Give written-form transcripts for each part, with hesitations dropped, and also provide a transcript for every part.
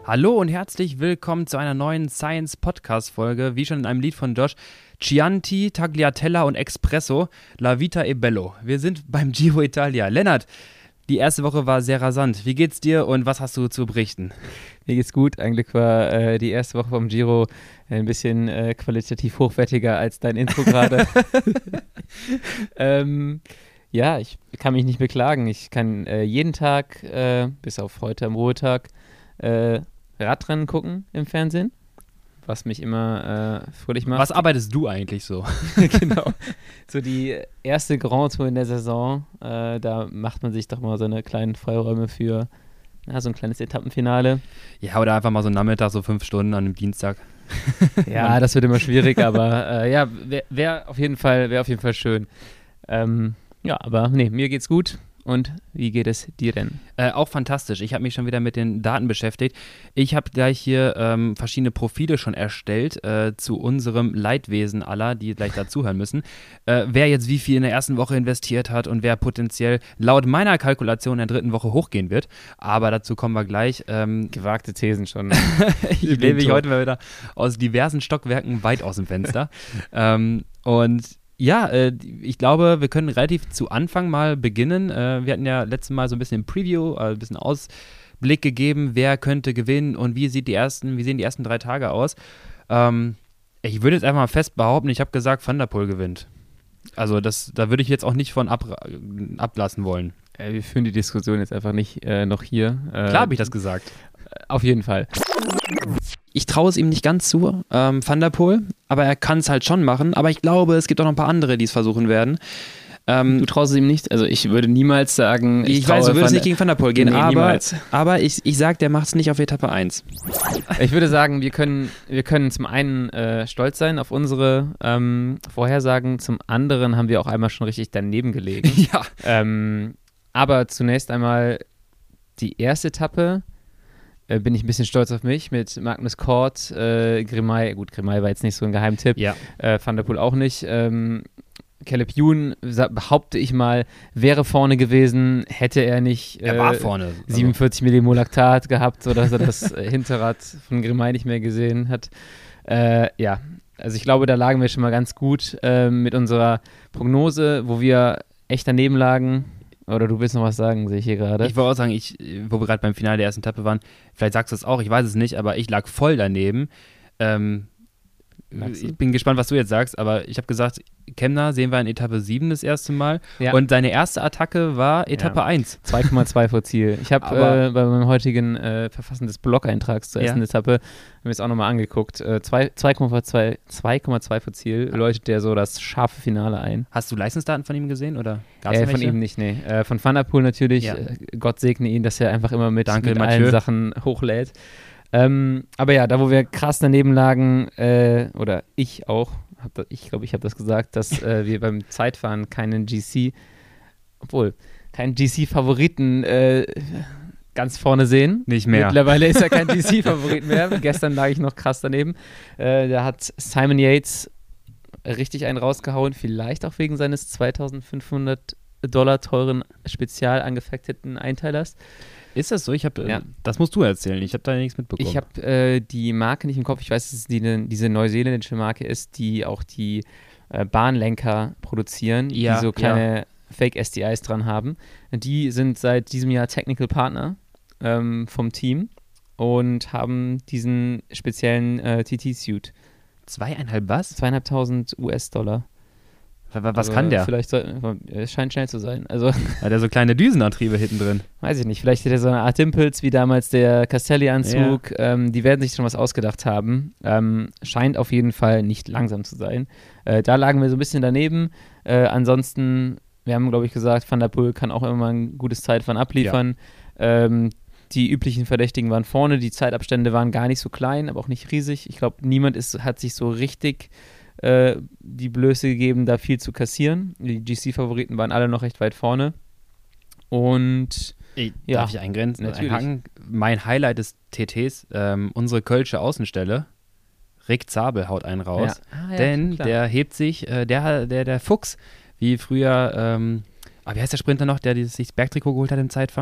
Hallo und herzlich willkommen zu einer neuen Science-Podcast-Folge, wie schon in einem Lied von Josh. Chianti, Tagliatella und Espresso, La Vita e Bello. Wir sind beim Giro Italia. Lennart, die erste Woche war sehr rasant. Wie geht's dir und was hast du zu berichten? Mir geht's gut. Eigentlich war die erste Woche vom Giro ein bisschen qualitativ hochwertiger als dein Intro gerade. Ja, ich kann mich nicht beklagen. Ich kann jeden Tag, bis auf heute am Ruhetag, Radrennen gucken im Fernsehen, was mich immer fröhlich macht. Was arbeitest du eigentlich so? Genau. So die erste Grand Tour in der Saison, da macht man sich doch mal so eine kleinen Freiräume für so ein kleines Etappenfinale. Ja, oder einfach mal so einen Nachmittag, so 5 Stunden an einem Dienstag. Ja, das wird immer schwierig, aber ja, wäre auf jeden Fall schön. Ja, aber nee, mir geht's gut. Und wie geht es dir denn? Auch fantastisch. Ich habe mich schon wieder mit den Daten beschäftigt. Ich habe gleich hier verschiedene Profile schon erstellt zu unserem Leidwesen aller, die gleich dazuhören müssen. Wer jetzt wie viel in der ersten Woche investiert hat und wer potenziell laut meiner Kalkulation in der dritten Woche hochgehen wird. Aber dazu kommen wir gleich. Gewagte Thesen schon. Ich lehne mich heute mal wieder aus diversen Stockwerken weit aus dem Fenster. Und ja, ich glaube, wir können relativ zu Anfang mal beginnen. Wir hatten ja letztes Mal so ein bisschen im Preview, ein bisschen Ausblick gegeben, wer könnte gewinnen und wie sehen die ersten 3 Tage aus. Ich würde jetzt einfach mal fest behaupten, ich habe gesagt, Van der Poel gewinnt. Also da würde ich jetzt auch nicht von ablassen wollen. Wir führen die Diskussion jetzt einfach nicht noch hier. Klar habe ich das gesagt. Auf jeden Fall. Ich traue es ihm nicht ganz zu, Van der Poel, aber er kann es halt schon machen. Aber ich glaube, es gibt auch noch ein paar andere, die es versuchen werden. Du traust es ihm nicht? Also ich würde niemals sagen, ich weiß, du würdest nicht gegen Van der Poel gehen, nee, aber ich sag, der macht es nicht auf Etappe 1. Ich würde sagen, wir können zum einen stolz sein auf unsere Vorhersagen, zum anderen haben wir auch einmal schon richtig daneben gelegen. Ja. Aber zunächst einmal die erste Etappe. Bin ich ein bisschen stolz auf mich mit Magnus Cort, Girmay. Gut, Girmay war jetzt nicht so ein Geheimtipp. Ja. Van der Poel auch nicht. Caleb Ewan, behaupte ich mal, wäre vorne gewesen, hätte er nicht er war vorne. 47 Millimol Laktat gehabt, sodass er das Hinterrad von Girmay nicht mehr gesehen hat. Ja, also ich glaube, da lagen wir schon mal ganz gut mit unserer Prognose, wo wir echt daneben lagen. Oder du willst noch was sagen, sehe ich hier gerade. Ich wollte auch sagen, wo wir gerade beim Finale der ersten Etappe waren, vielleicht sagst du es auch, ich weiß es nicht, aber ich lag voll daneben. Ich bin gespannt, was du jetzt sagst, aber ich habe gesagt, Kemna sehen wir in Etappe 7 das erste Mal und seine erste Attacke war Etappe 1. 2,2 vor Ziel. Ich habe bei meinem heutigen Verfassen des Blog-Eintrags zur ersten Etappe mir das auch nochmal angeguckt. 2,2 vor Ziel läutet der so das scharfe Finale ein. Hast du Leistungsdaten von ihm gesehen oder gab's von ihm nicht, nee. Von Van der Poel natürlich. Ja. Gott segne ihn, dass er einfach immer mit allen Sachen hochlädt. Aber ja, da wo wir krass daneben lagen, oder ich auch, ich glaube, ich habe das gesagt, dass wir beim Zeitfahren keinen GC-Favoriten ganz vorne sehen. Nicht mehr. Mittlerweile ist er kein GC-Favorit mehr. Gestern lag ich noch krass daneben. Da hat Simon Yates richtig einen rausgehauen, vielleicht auch wegen seines $2.500 teuren spezial angefechteten Einteilers. Ist das so? Das musst du erzählen. Ich habe da nichts mitbekommen. Ich habe die Marke nicht im Kopf. Ich weiß, dass es diese neuseeländische Marke ist, die auch die Bahnlenker produzieren, die so kleine Fake-SDIs dran haben. Die sind seit diesem Jahr Technical Partner vom Team und haben diesen speziellen TT-Suit. 2,5 was? $2.500. Was kann der? Es scheint schnell zu sein. Also, hat er so kleine Düsenantriebe hinten drin? Weiß ich nicht. Vielleicht hat er so eine Art Impuls wie damals der Castelli-Anzug. Ja. Die werden sich schon was ausgedacht haben. Scheint auf jeden Fall nicht langsam zu sein. Da lagen wir so ein bisschen daneben. Ansonsten, wir haben, glaube ich, gesagt, Van der Poel kann auch immer mal ein gutes Zeitfahren abliefern. Ja. Die üblichen Verdächtigen waren vorne. Die Zeitabstände waren gar nicht so klein, aber auch nicht riesig. Ich glaube, niemand hat sich so richtig die Blöße gegeben, da viel zu kassieren. Die GC-Favoriten waren alle noch recht weit vorne. Und darf ich eingrenzen? Natürlich. Mein Highlight des TTs, unsere Kölsche Außenstelle, Rick Zabel haut einen raus. Ja. Denn klar. Der hebt sich, der Fuchs, wie früher, wie heißt der Sprinter noch, der sich das Bergtrikot geholt hat im Zeitfahren?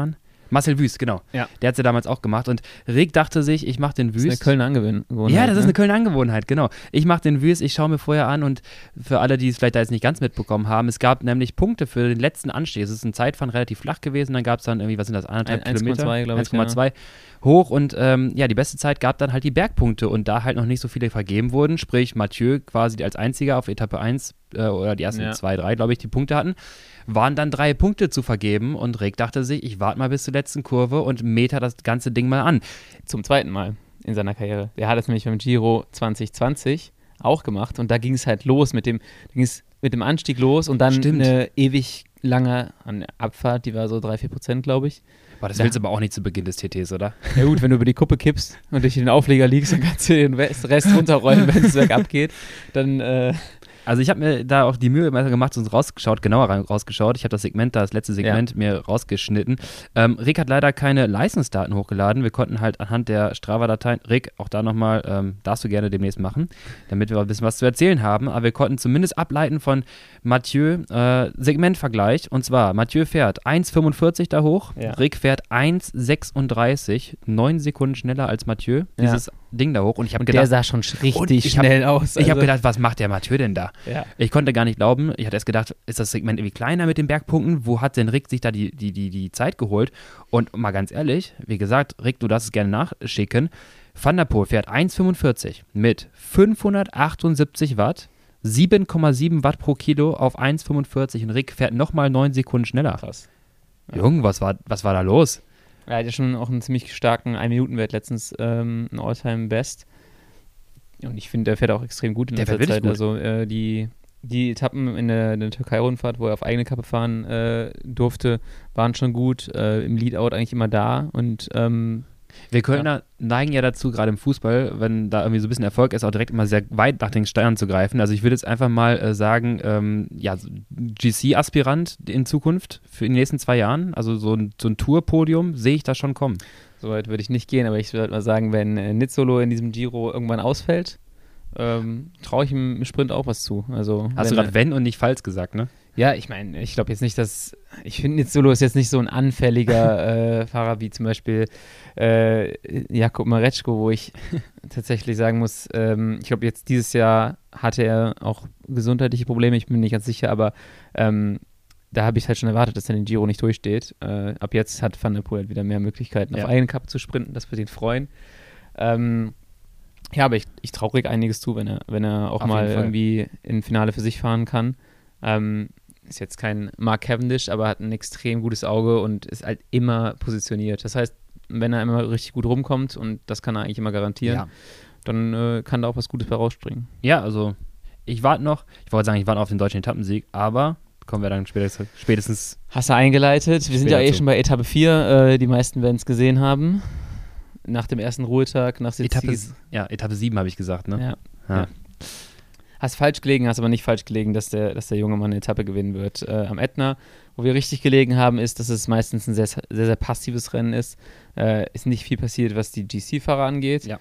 Marcel Wüst, genau. Ja. Der hat es ja damals auch gemacht. Und Rick dachte sich, ich mache den Wüst. Das ist eine Kölner Angewohnheit. Ja, das ist eine Kölner Angewohnheit, genau. Ich mache den Wüst, ich schaue mir vorher an und für alle, die es vielleicht da jetzt nicht ganz mitbekommen haben, es gab nämlich Punkte für den letzten Anstieg. Es ist ein Zeitfahren relativ flach gewesen, dann gab es dann irgendwie, was sind das, 1,5 Kilometer? 1,2, glaube ich. 1,2 hoch und die beste Zeit gab dann halt die Bergpunkte und da halt noch nicht so viele vergeben wurden, sprich Mathieu quasi als einziger auf Etappe 1 oder die ersten 2, 3, glaube ich, die Punkte hatten, waren dann 3 Punkte zu vergeben und Rick dachte sich, ich warte mal bis zur letzten Kurve und meter das ganze Ding mal an. Zum zweiten Mal in seiner Karriere. Der hat es nämlich beim Giro 2020 auch gemacht und da ging es halt los mit dem Anstieg los und dann eine ewig lange Abfahrt, die war so 3-4%, glaube ich. Boah, das willst du aber auch nicht zu Beginn des TTs, oder? Ja gut, wenn du über die Kuppe kippst und durch den Aufleger liegst, dann kannst du den Rest runterrollen, wenn es bergab geht. Dann Also ich habe mir da auch die Mühe gemacht und genauer rausgeschaut. Ich habe das letzte Segment mir rausgeschnitten. Rick hat leider keine Leistungsdaten hochgeladen. Wir konnten halt anhand der Strava-Dateien, Rick, auch da nochmal, darfst du gerne demnächst machen, damit wir ein bisschen was zu erzählen haben. Aber wir konnten zumindest ableiten von Mathieu Segmentvergleich. Und zwar, Mathieu fährt 1,45 da hoch, Rick fährt 1,36, 9 Sekunden schneller als Mathieu, dieses Ding da hoch. Und ich habe gedacht, der sah schon richtig schnell aus. Ich habe gedacht, was macht der Mathieu denn da? Ja. Ich konnte gar nicht glauben. Ich hatte erst gedacht, ist das Segment irgendwie kleiner mit den Bergpunkten? Wo hat denn Rick sich da die Zeit geholt? Und mal ganz ehrlich, wie gesagt, Rick, du darfst es gerne nachschicken. Van der Poel fährt 1,45 mit 578 Watt, 7,7 Watt pro Kilo auf 1,45 und Rick fährt nochmal 9 Sekunden schneller. Krass. Junge, was war da los? Er hat ja schon auch einen ziemlich starken 1-Minuten-Wert letztens, ein All-Time-Best. Und ich finde, der fährt auch extrem gut in letzter Zeit. Gut. Also die Etappen in der Türkei-Rundfahrt, wo er auf eigene Kappe fahren durfte, waren schon gut. Im Leadout eigentlich immer da. Und wir Kölner neigen ja dazu, gerade im Fußball, wenn da irgendwie so ein bisschen Erfolg ist, auch direkt immer sehr weit nach den Sternen zu greifen. Also ich würde jetzt einfach mal sagen, GC-Aspirant in Zukunft für die nächsten 2 Jahren, also so ein Tour-Podium, sehe ich da schon kommen. Soweit würde ich nicht gehen, aber ich würde mal sagen, wenn Nizzolo in diesem Giro irgendwann ausfällt, traue ich ihm im Sprint auch was zu. Also, hast du gerade wenn und nicht falls gesagt, ne? Ja, ich meine, ich glaube jetzt nicht, ich finde Nizzolo ist jetzt nicht so ein anfälliger Fahrer wie zum Beispiel Jakub Mareczko, wo ich tatsächlich sagen muss, ich glaube jetzt dieses Jahr hatte er auch gesundheitliche Probleme, ich bin nicht ganz sicher, aber da habe ich halt schon erwartet, dass er den Giro nicht durchsteht. Ab jetzt hat Van der Poel halt wieder mehr Möglichkeiten, auf eigenen Cup zu sprinten, das wird ihn freuen. Aber ich traue Rick einiges zu, wenn er auch auf mal irgendwie im Finale für sich fahren kann. Ist jetzt kein Mark Cavendish, aber hat ein extrem gutes Auge und ist halt immer positioniert. Das heißt, wenn er immer richtig gut rumkommt, und das kann er eigentlich immer garantieren, dann kann da auch was Gutes bei rausspringen. Ja, also ich warte noch auf den deutschen Etappensieg, aber kommen wir dann spätestens. Hast du eingeleitet? Wir sind ja schon bei Etappe 4. Die meisten werden es gesehen haben. Nach dem ersten Ruhetag, nach Etappe 7 habe ich gesagt, ne? Ja. Hast falsch gelegen, hast aber nicht falsch gelegen, dass der junge Mann eine Etappe gewinnen wird. Am Ätna, wo wir richtig gelegen haben, ist, dass es meistens ein sehr, sehr, sehr passives Rennen ist. Ist nicht viel passiert, was die GC-Fahrer angeht. Ja.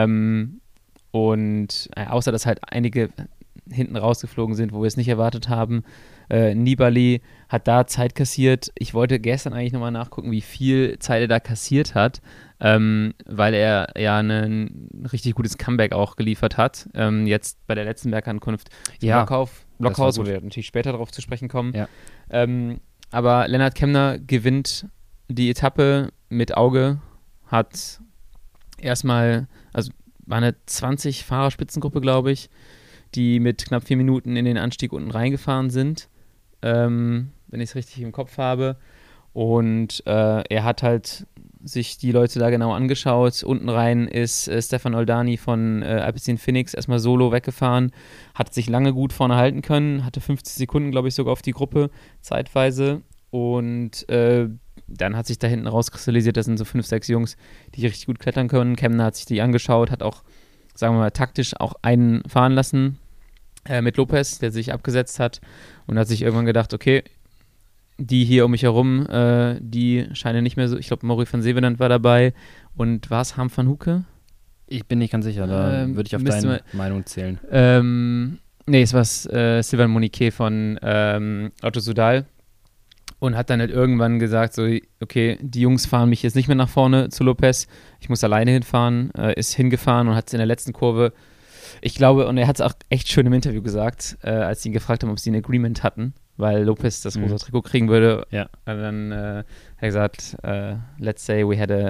Außer, dass halt einige hinten rausgeflogen sind, wo wir es nicht erwartet haben. Nibali hat da Zeit kassiert. Ich wollte gestern eigentlich nochmal nachgucken, wie viel Zeit er da kassiert hat, weil er ja ein richtig gutes Comeback auch geliefert hat. Jetzt bei der letzten Bergankunft. Blockhaus, wo wir natürlich später darauf zu sprechen kommen. Ja. Aber Lennart Kemna gewinnt die Etappe mit Auge, hat erstmal, also war eine 20-Fahrer-Spitzengruppe, glaube ich, die mit knapp 4 Minuten in den Anstieg unten reingefahren sind, wenn ich es richtig im Kopf habe. Und er hat halt sich die Leute da genau angeschaut. Unten rein ist Stefan Oldani von Alpecin Phoenix erstmal solo weggefahren, hat sich lange gut vorne halten können, hatte 50 Sekunden, glaube ich, sogar auf die Gruppe zeitweise. Und dann hat sich da hinten rauskristallisiert, das sind so 5, 6 Jungs, die richtig gut klettern können. Kemna hat sich die angeschaut, hat auch, sagen wir mal, taktisch auch einen fahren lassen mit Lopez, der sich abgesetzt hat und hat sich irgendwann gedacht, okay, die hier um mich herum, die scheinen nicht mehr so, ich glaube, Maury van Zevenand war dabei und war es Harm van Hoeke? Ich bin nicht ganz sicher, da würde ich auf deine Meinung zählen. Es war Sylvain Moniquet von Lotto Soudal und hat dann halt irgendwann gesagt, so, okay, die Jungs fahren mich jetzt nicht mehr nach vorne zu Lopez, ich muss alleine hinfahren, ist hingefahren und hat es in der letzten Kurve, ich glaube, und er hat es auch echt schön im Interview gesagt, als sie ihn gefragt haben, ob sie ein Agreement hatten, weil Lopez das rosa Trikot kriegen würde. Ja. Dann hat er gesagt, let's say we had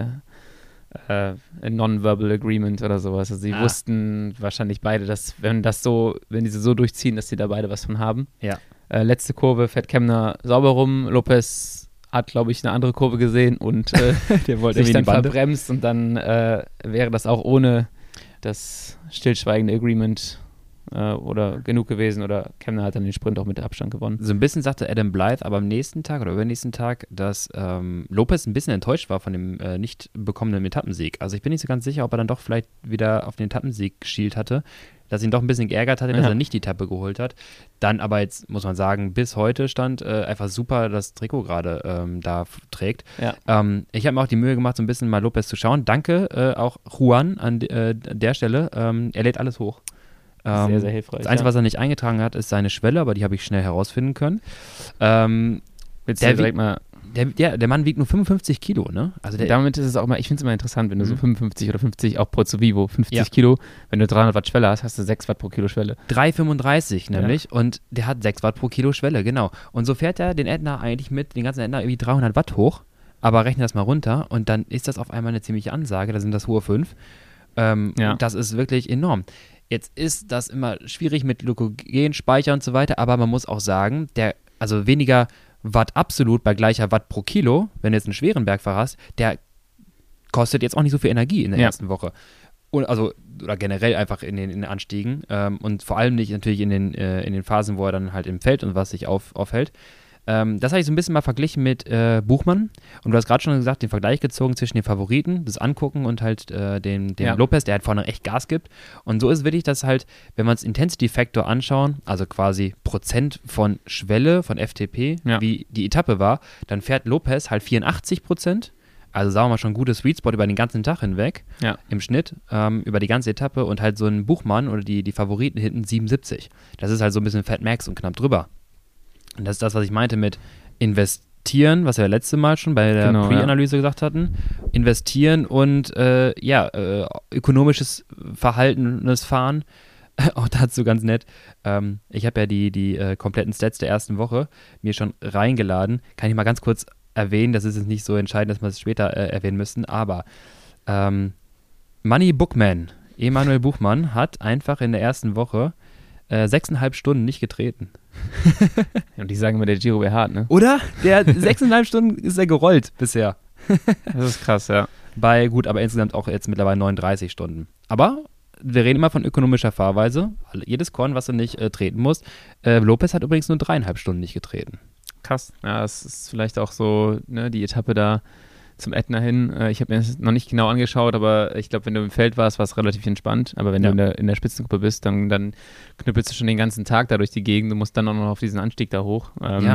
a non-verbal agreement oder sowas. Also sie wussten wahrscheinlich beide, dass wenn die so durchziehen, dass sie da beide was von haben. Ja. Letzte Kurve fährt Kemner sauber rum. Lopez hat, glaube ich, eine andere Kurve gesehen und der wollte sich dann verbremst und dann wäre das auch ohne das stillschweigende Agreement oder genug gewesen oder Kemner hat dann den Sprint auch mit Abstand gewonnen. So ein bisschen sagte Adam Blythe, aber am nächsten Tag oder übernächsten Tag, dass Lopez ein bisschen enttäuscht war von dem nicht bekommenen Etappensieg. Also ich bin nicht so ganz sicher, ob er dann doch vielleicht wieder auf den Etappensieg geschielt hatte, dass ihn doch ein bisschen geärgert hatte, dass er nicht die Etappe geholt hat. Dann aber jetzt, muss man sagen, bis heute stand einfach super das Trikot gerade da trägt. Ja. Ich habe mir auch die Mühe gemacht, so ein bisschen mal Lopez zu schauen. Danke auch Juan an der Stelle. Er lädt alles hoch. Sehr, sehr hilfreich. Das Einzige, was er nicht eingetragen hat, ist seine Schwelle, aber die habe ich schnell herausfinden können. Willst du direkt mal... Der Mann wiegt nur 55 Kilo, ne? Also damit ist es auch mal, ich finde es immer interessant, wenn du so 55 oder 50, auch Pozzo Vivo, 50 Kilo, wenn du 300 Watt Schwelle hast, hast du 6 Watt pro Kilo Schwelle. 3,35 nämlich und der hat 6 Watt pro Kilo Schwelle, genau. Und so fährt er den Ätna eigentlich mit, den ganzen Ätna irgendwie 300 Watt hoch, aber rechne das mal runter und dann ist das auf einmal eine ziemliche Ansage, da sind das hohe 5. Das ist wirklich enorm. Jetzt ist das immer schwierig mit Glykogen, Speicher und so weiter, aber man muss auch sagen, also weniger Watt absolut bei gleicher Watt pro Kilo, wenn du jetzt einen schweren Bergfahrer hast, der kostet jetzt auch nicht so viel Energie in der ersten Woche. Oder generell einfach in den Anstiegen und vor allem nicht natürlich in den Phasen, wo er dann halt im Feld und was sich aufhält. Das habe ich so ein bisschen mal verglichen mit Buchmann und du hast gerade schon gesagt, den Vergleich gezogen zwischen den Favoriten, das Angucken und halt den Lopez, der halt vorne echt Gas gibt und so ist es wirklich, dass halt, wenn wir uns Intensity Factor anschauen, also quasi Prozent von Schwelle, von FTP, wie die Etappe war, dann fährt Lopez halt 84%, also sagen wir mal schon ein gutes Sweet Spot über den ganzen Tag hinweg, im Schnitt, über die ganze Etappe und halt so ein Buchmann oder die Favoriten hinten 77. Das ist halt so ein bisschen Fat Max und knapp drüber. Und das ist das, was ich meinte mit investieren, was wir letzte Mal schon bei der Pre-Analyse gesagt hatten. Investieren und ökonomisches verhaltenes Fahren. Auch dazu ganz nett. Ich habe ja die kompletten Stats der ersten Woche mir schon reingeladen. Kann ich mal ganz kurz erwähnen. Das ist jetzt nicht so entscheidend, dass wir es später erwähnen müssen. Aber Money Bookman, Emanuel Buchmann, hat einfach in der ersten Woche 6,5 Stunden nicht getreten. Und die sagen immer, der Giro wäre hart, ne? Oder? Der 6,5 Stunden ist er gerollt bisher. Das ist krass, ja. Aber insgesamt auch jetzt mittlerweile 39 Stunden. Aber wir reden immer von ökonomischer Fahrweise. Jedes Korn, was du nicht treten musst. Lopez hat übrigens nur 3,5 Stunden nicht getreten. Krass. Ja, das ist vielleicht auch so, ne, die Etappe da zum Ätna hin. Ich habe mir das noch nicht genau angeschaut, aber ich glaube, wenn du im Feld warst, war es relativ entspannt. Aber wenn du in der Spitzengruppe bist, dann knüppelst du schon den ganzen Tag da durch die Gegend. Du musst dann auch noch auf diesen Anstieg da hoch.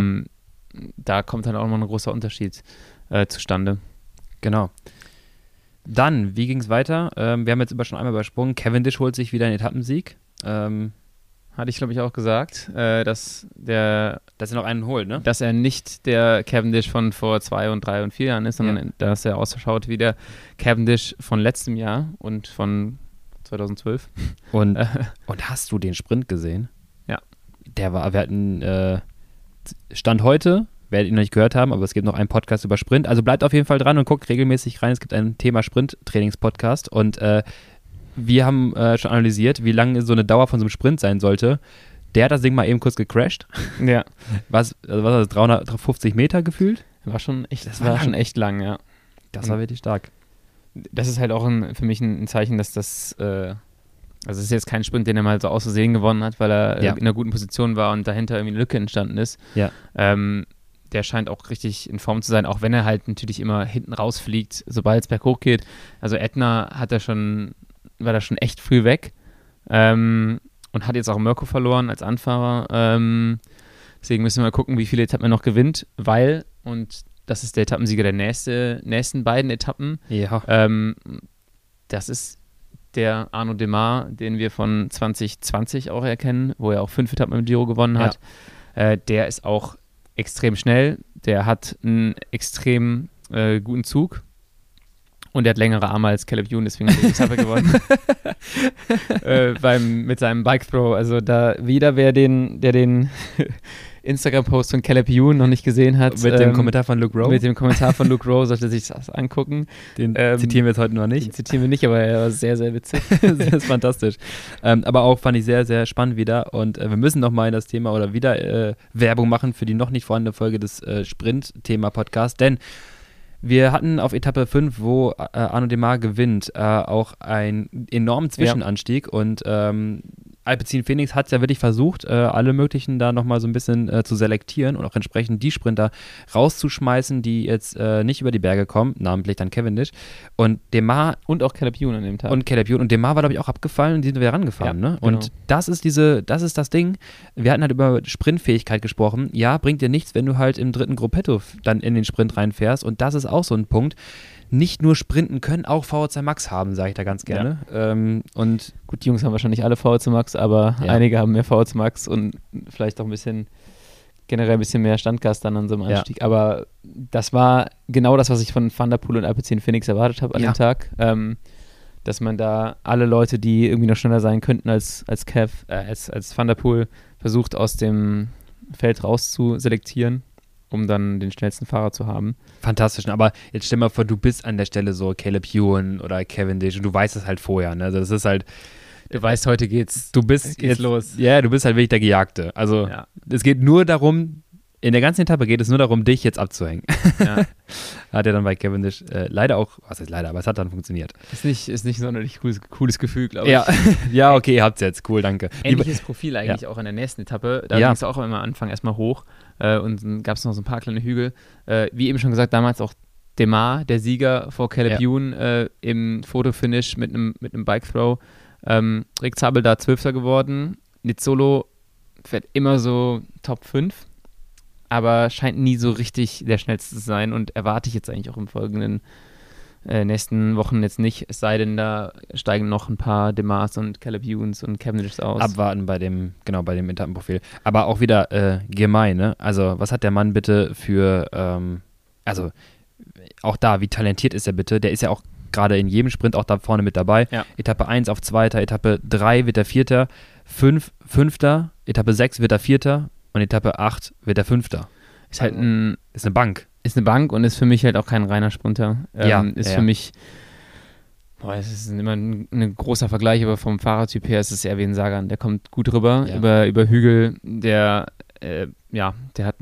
Da kommt dann auch noch ein großer Unterschied zustande. Genau. Dann, wie ging es weiter? Wir haben jetzt schon einmal übersprungen. Cavendish holt sich wieder einen Etappensieg. Hatte ich, glaube ich, auch gesagt, dass er noch einen holt, ne? Dass er nicht der Cavendish von vor 2 und 3 und 4 Jahren ist, sondern dass er ausschaut wie der Cavendish von letztem Jahr und von 2012. Und hast du den Sprint gesehen? Ja. Wir hatten Stand heute, werdet ihr noch nicht gehört haben, aber es gibt noch einen Podcast über Sprint. Also bleibt auf jeden Fall dran und guckt regelmäßig rein. Es gibt einen Thema Sprint-Trainings-Podcast und wir haben schon analysiert, wie lange so eine Dauer von so einem Sprint sein sollte. Der hat das Ding mal eben kurz gecrashed. Ja. Was hat das, 350 Meter gefühlt? War schon echt lang, ja. Das war wirklich stark. Das ist halt auch für mich ein Zeichen, dass das, also es ist jetzt kein Sprint, den er mal so aus Versehen gewonnen hat, weil er in einer guten Position war und dahinter irgendwie eine Lücke entstanden ist. Ja. Der scheint auch richtig in Form zu sein, auch wenn er halt natürlich immer hinten rausfliegt, sobald es berghoch geht. Also Ätna war da schon echt früh weg und hat jetzt auch Mirko verloren als Anfahrer. Deswegen müssen wir mal gucken, wie viele Etappen er noch gewinnt, und das ist der Etappensieger der nächsten beiden Etappen. Ja. Das ist der Arnaud Démare, den wir von 2020 auch erkennen, wo er auch 5 Etappen im Giro gewonnen hat. Der ist auch extrem schnell, der hat einen extrem guten Zug und der hat längere Arme als Caleb Ewan, deswegen hat er die Etappe gewonnen. Mit seinem Bike Throw. Also da der den Instagram-Post von Caleb Ewan noch nicht gesehen hat. Mit dem Kommentar von Luke Rowe? Mit dem Kommentar von Luke Rowe sollte sich das angucken. Den zitieren wir jetzt heute noch nicht. Den zitieren wir nicht, aber er war sehr, sehr witzig. Das ist fantastisch. Aber auch fand ich sehr, sehr spannend wieder. Und wir müssen nochmal in das Thema oder wieder Werbung machen für die noch nicht vorhandene Folge des Sprint-Thema-Podcasts. Denn wir hatten auf Etappe 5, wo Arnaud Démare gewinnt, auch einen enormen Zwischenanstieg. Und Alpecin Phoenix hat es ja wirklich versucht, alle möglichen da nochmal so ein bisschen zu selektieren und auch entsprechend die Sprinter rauszuschmeißen, die jetzt nicht über die Berge kommen, namentlich dann Cavendish. Und Démare und auch Caleb Ewan an dem Tag. Und Caleb Ewan. Und Démare war, glaube ich, auch abgefallen und die sind wieder rangefahren. Ja, ne? genau. Und das ist das Ding. Wir hatten halt über Sprintfähigkeit gesprochen. Ja, bringt dir nichts, wenn du halt im dritten Gruppetto dann in den Sprint reinfährst. Und das ist auch so ein Punkt. Nicht nur sprinten können, auch VO2 Max haben, sage ich da ganz gerne. Ja. Und gut, die Jungs haben wahrscheinlich alle VO2 Max, aber einige haben mehr VO2 Max und vielleicht auch generell ein bisschen mehr Standgas dann an so einem Anstieg. Ja. Aber das war genau das, was ich von Van der Poel und Alpecin Phoenix erwartet habe an dem Tag. Dass man da alle Leute, die irgendwie noch schneller sein könnten als Van der Poel, versucht aus dem Feld raus zu selektieren, um dann den schnellsten Fahrer zu haben. Fantastisch, aber jetzt stell mal vor, du bist an der Stelle so Caleb Ewan oder Cavendish und du weißt es halt vorher, ne? Also das ist halt, du weißt, heute geht's los. Ja, du bist halt wirklich der Gejagte. Also es geht nur darum, in der ganzen Etappe geht es nur darum, dich jetzt abzuhängen. Ja. Hat er dann bei Cavendish leider auch, was heißt leider, aber es hat dann funktioniert. Ist nicht ein sonderlich cooles Gefühl, glaube ich. Ja, okay, ihr habt's jetzt. Cool, danke. Ähnliches Profil eigentlich auch in der nächsten Etappe. Da ging es auch immer am Anfang erstmal hoch und dann gab es noch so ein paar kleine Hügel. Wie eben schon gesagt, damals auch Démare, der Sieger vor Caleb Ewan im Fotofinish mit einem Bike-Throw. Rick Zabel da 12. geworden. Nizzolo fährt immer so Top 5. Aber scheint nie so richtig der Schnellste zu sein und erwarte ich jetzt eigentlich auch im folgenden nächsten Wochen jetzt nicht, es sei denn, da steigen noch ein paar Démares und Caleb Ewans und Cavendishs aus. Abwarten bei dem Etappenprofil. Aber auch wieder gemein, ne? Also was hat der Mann bitte für, also auch da, wie talentiert ist er bitte? Der ist ja auch gerade in jedem Sprint auch da vorne mit dabei. Ja. Etappe 1 auf 2., Etappe 3 wird er 4., 5. Etappe 6 wird er 4. und Etappe 8 wird er 5. Ist halt ist eine Bank. Ist eine Bank und ist für mich halt auch kein reiner Sprinter. Für mich, es ist immer ein großer Vergleich, aber vom Fahrertyp her ist es eher wie ein Sagan. Der kommt gut rüber, über Hügel, der hat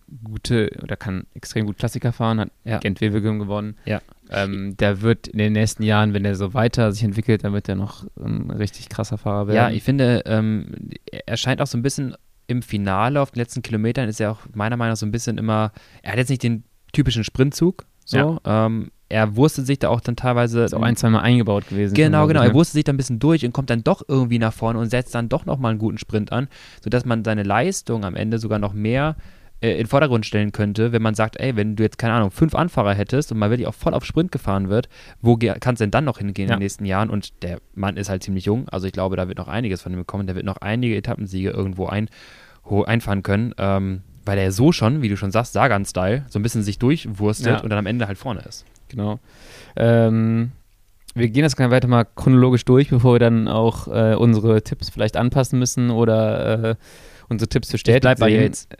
kann extrem gut Klassiker fahren, hat Gent-Wevelgem gewonnen. Ja. Der wird in den nächsten Jahren, wenn er so weiter sich entwickelt, dann wird er noch ein richtig krasser Fahrer werden. Ja, ich finde, er scheint auch so ein bisschen im Finale auf den letzten Kilometern ist er auch meiner Meinung nach so ein bisschen immer, er hat jetzt nicht den typischen Sprintzug, so, er wurstet sich da auch dann teilweise. Ist auch ein, zweimal eingebaut gewesen. Genau, er wurstet sich da ein bisschen durch und kommt dann doch irgendwie nach vorne und setzt dann doch nochmal einen guten Sprint an, sodass man seine Leistung am Ende sogar noch mehr in den Vordergrund stellen könnte, wenn man sagt, ey, wenn du jetzt, keine Ahnung, 5 Anfahrer hättest und mal wirklich auch voll auf Sprint gefahren wird, wo kann es denn dann noch hingehen in den nächsten Jahren? Und der Mann ist halt ziemlich jung, also ich glaube, da wird noch einiges von ihm kommen, der wird noch einige Etappensiege irgendwo einfahren können, weil er so schon, wie du schon sagst, Sagan-Style, so ein bisschen sich durchwurstet und dann am Ende halt vorne ist. Genau. Wir gehen das gerne weiter mal chronologisch durch, bevor wir dann auch unsere Tipps vielleicht anpassen müssen oder unsere Tipps bestätigen. Ich bleib bei Yates.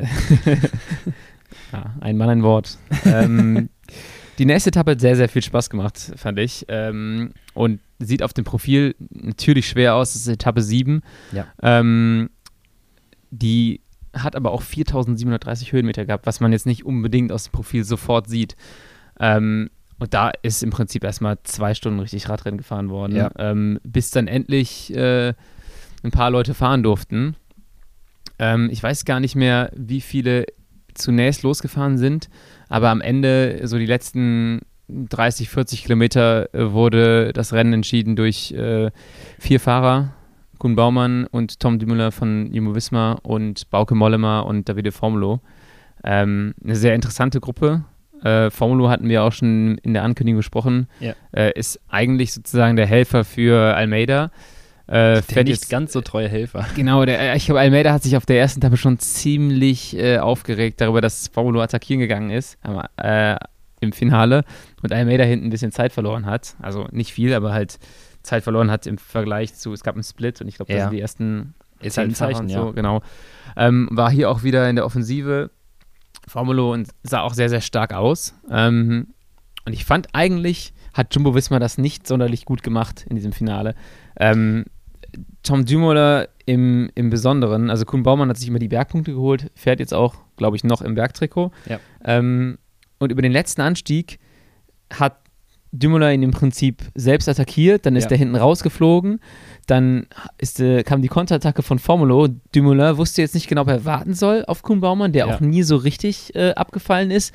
Ein Mann, ein Wort. Die nächste Etappe hat sehr, sehr viel Spaß gemacht, fand ich. Und sieht auf dem Profil natürlich schwer aus. Das ist Etappe 7. Ja. Die hat aber auch 4.730 Höhenmeter gehabt, was man jetzt nicht unbedingt aus dem Profil sofort sieht. Und da ist im Prinzip erstmal 2 Stunden richtig Radrennen gefahren worden, bis dann endlich ein paar Leute fahren durften. Ich weiß gar nicht mehr, wie viele zunächst losgefahren sind, aber am Ende, so die letzten 30, 40 Kilometer, wurde das Rennen entschieden durch 4 Fahrer, Koen Bouwman und Tom Dumoulin von Jumbo-Visma und Bauke Mollema und Davide Formolo. Eine sehr interessante Gruppe. Formolo hatten wir auch schon in der Ankündigung besprochen. Ja. Ist eigentlich sozusagen der Helfer für Almeida. Der nicht ganz so treue Helfer. Genau, ich glaube, Almeida hat sich auf der ersten Etappe schon ziemlich aufgeregt darüber, dass Formolo attackieren gegangen ist im Finale und Almeida hinten ein bisschen Zeit verloren hat. Also nicht viel, aber halt Zeit verloren hat im Vergleich zu, es gab einen Split und ich glaube, das sind die ersten ist halt ein Zeichen, so, genau. War hier auch wieder in der Offensive Formolo und sah auch sehr, sehr stark aus. Und ich fand eigentlich, hat Jumbo-Visma das nicht sonderlich gut gemacht in diesem Finale. Tom Dumoulin im Besonderen, also Koen Bouwman hat sich immer die Bergpunkte geholt, fährt jetzt auch, glaube ich, noch im Bergtrikot. Ja. Und über den letzten Anstieg hat Dumoulin ihn im Prinzip selbst attackiert, dann ist er hinten rausgeflogen, dann kam die Konterattacke von Formolo. Dumoulin wusste jetzt nicht genau, ob er warten soll auf Koen Bouwman, der auch nie so richtig abgefallen ist,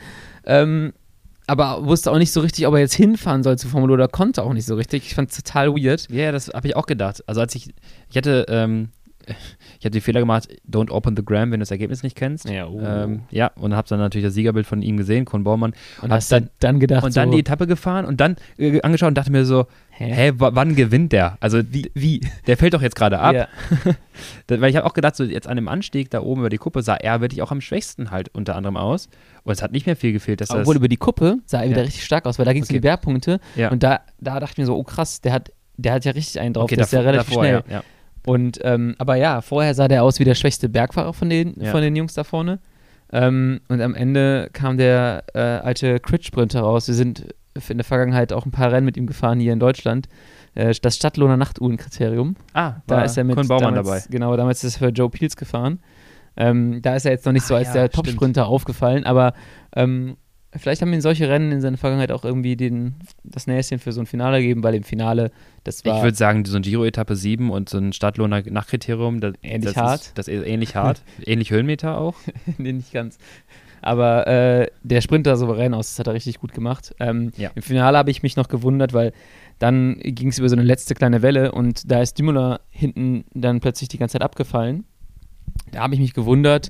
aber wusste auch nicht so richtig, ob er jetzt hinfahren soll zu Formolo oder konnte auch nicht so richtig. Ich fand es total weird. Ja, das habe ich auch gedacht. Also als ich hatte den Fehler gemacht, don't open the gram, wenn du das Ergebnis nicht kennst. Ja, und habe dann natürlich das Siegerbild von ihm gesehen, Koen Bouwman. Und hast dann gedacht und dann die Etappe gefahren und dann angeschaut und dachte mir so, wann gewinnt der? Also wie? Der fällt doch jetzt gerade ab. Ja. Weil ich habe auch gedacht, so jetzt an dem Anstieg da oben über die Kuppe sah er wirklich auch am schwächsten halt unter anderem aus. Und es hat nicht mehr viel gefehlt. Obwohl über die Kuppe sah er wieder richtig stark aus, weil da ging es um die Bergpunkte. Ja. Und da dachte ich mir so, oh krass, der hat ja richtig einen drauf, das ist ja relativ schnell. Ja. Und, aber ja, vorher sah der aus wie der schwächste Bergfahrer von den Jungs da vorne. Und am Ende kam der alte Crit-Sprinter raus. Wir sind in der Vergangenheit auch ein paar Rennen mit ihm gefahren hier in Deutschland. Das Stadtlohner Nachtuhrenkriterium. Da ist er mit Koen Bouwman dabei. Genau, damals ist er für Joe Peels gefahren. Da ist er jetzt noch nicht so als der Top-Sprinter aufgefallen, aber vielleicht haben ihn solche Rennen in seiner Vergangenheit auch irgendwie das Näschen für so ein Finale gegeben, weil im Finale, das war... Ich würde sagen, so ein Giro-Etappe 7 und so ein Stadtlohner Nachkriterium, das ist ähnlich hart. Ähnlich Höhenmeter auch. Nee, nicht ganz. Aber der Sprinter souverän aus, das hat er richtig gut gemacht. Im Finale habe ich mich noch gewundert, weil dann ging es über so eine letzte kleine Welle und da ist Dumoulin hinten dann plötzlich die ganze Zeit abgefallen. Da habe ich mich gewundert,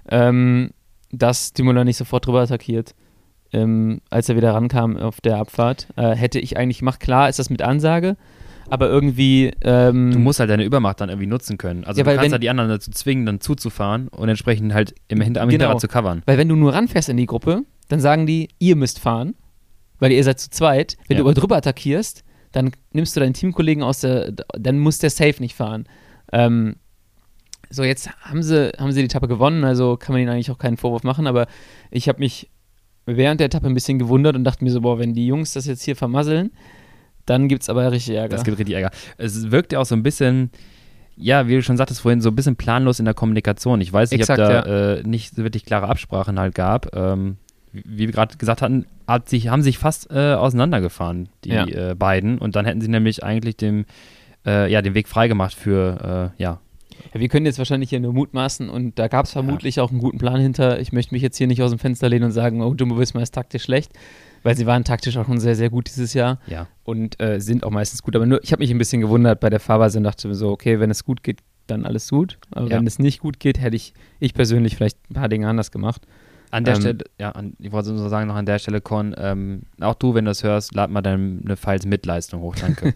dass Dumoulin nicht sofort drüber attackiert. Als er wieder rankam auf der Abfahrt, hätte ich eigentlich gemacht. Klar ist das mit Ansage, aber irgendwie... du musst halt deine Übermacht dann irgendwie nutzen können. Also du kannst halt die anderen dazu zwingen, dann zuzufahren und entsprechend halt im Hinterrad zu covern. Weil wenn du nur ranfährst in die Gruppe, dann sagen die, ihr müsst fahren, weil ihr seid zu zweit. Wenn du aber drüber attackierst, dann nimmst du deinen Teamkollegen dann muss der safe nicht fahren. So, jetzt haben sie die Etappe gewonnen, also kann man ihnen eigentlich auch keinen Vorwurf machen, aber ich habe mich während der Etappe ein bisschen gewundert und dachte mir so, wenn die Jungs das jetzt hier vermasseln, dann gibt es aber richtig Ärger. Das gibt richtig Ärger. Es wirkt ja auch so ein bisschen, ja, wie du schon sagtest vorhin, so ein bisschen planlos in der Kommunikation. Ich weiß nicht, ob da nicht so wirklich klare Absprachen halt gab. Wie wir gerade gesagt hatten, haben sich fast auseinandergefahren, die beiden. Und dann hätten sie nämlich eigentlich den Weg freigemacht für, Ja, wir können jetzt wahrscheinlich hier nur mutmaßen und da gab es vermutlich auch einen guten Plan hinter. Ich möchte mich jetzt hier nicht aus dem Fenster lehnen und sagen, Jumbo-Visma ist taktisch schlecht, weil sie waren taktisch auch schon sehr, sehr gut dieses Jahr und sind auch meistens gut. Aber ich habe mich ein bisschen gewundert bei der Fahrweise und dachte mir so, okay, wenn es gut geht, dann alles gut. Aber wenn es nicht gut geht, hätte ich persönlich vielleicht ein paar Dinge anders gemacht. An der Stelle, ich wollte nur sagen, noch an der Stelle, Con, auch du, wenn du das hörst, lad mal deine Files mit Leistung hoch, danke.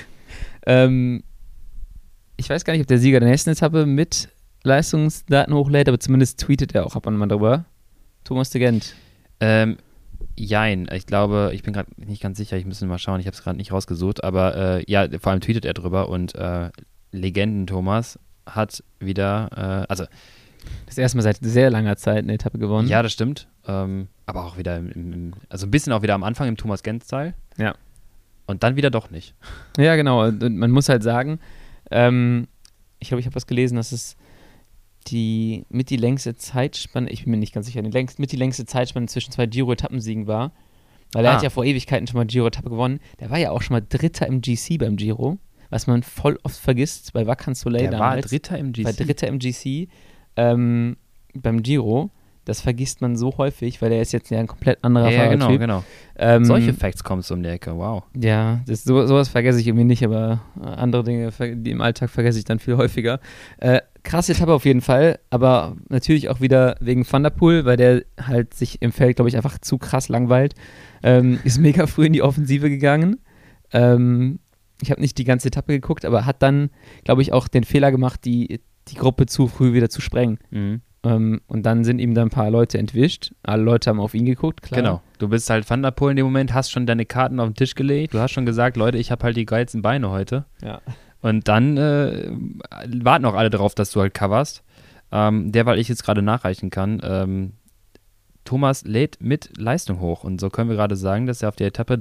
Ich weiß gar nicht, ob der Sieger der nächsten Etappe mit Leistungsdaten hochlädt, aber zumindest tweetet er auch ab und an drüber. Thomas de Gent. Jein. Ich glaube, ich bin gerade nicht ganz sicher, ich müsste mal schauen, ich habe es gerade nicht rausgesucht, aber vor allem tweetet er drüber und Legenden Thomas hat wieder, das erste Mal seit sehr langer Zeit eine Etappe gewonnen. Ja, das stimmt. Aber auch wieder also ein bisschen auch wieder am Anfang im Thomas Gent-Style. Ja. Und dann wieder doch nicht. Ja, genau. Und man muss halt sagen, ich glaube, ich habe was gelesen, dass es die längste Zeitspanne, ich bin mir nicht ganz sicher, die längste Zeitspanne zwischen zwei Giro-Etappensiegen war. Weil er hat ja vor Ewigkeiten schon mal Giro-Etappe gewonnen. Der war ja auch schon mal Dritter im GC beim Giro, was man voll oft vergisst, bei Vacances Soleil damals. Der war Dritter im GC? War Dritter im GC beim Giro. Das vergisst man so häufig, weil der ist jetzt ja ein komplett anderer Fahrertyp. Genau. Solche Facts kommst du um die Ecke, wow. Ja, sowas vergesse ich irgendwie nicht, aber andere Dinge, die im Alltag vergesse ich dann viel häufiger. Krasse Etappe auf jeden Fall, aber natürlich auch wieder wegen Van der Poel, weil der halt sich im Feld, glaube ich, einfach zu krass langweilt. Ist mega früh in die Offensive gegangen. ich habe nicht die ganze Etappe geguckt, aber hat dann, glaube ich, auch den Fehler gemacht, die Gruppe zu früh wieder zu sprengen. Und dann sind ihm da ein paar Leute entwischt. Alle Leute haben auf ihn geguckt, klar. Genau. Du bist halt Van der Poel in dem Moment, hast schon deine Karten auf den Tisch gelegt. Du hast schon gesagt, Leute, ich habe halt die geilsten Beine heute. Ja. Und dann warten auch alle darauf, dass du halt coverst. Derweil ich jetzt gerade nachreichen kann, Thomas lädt mit Leistung hoch. Und so können wir gerade sagen, dass er auf der Etappe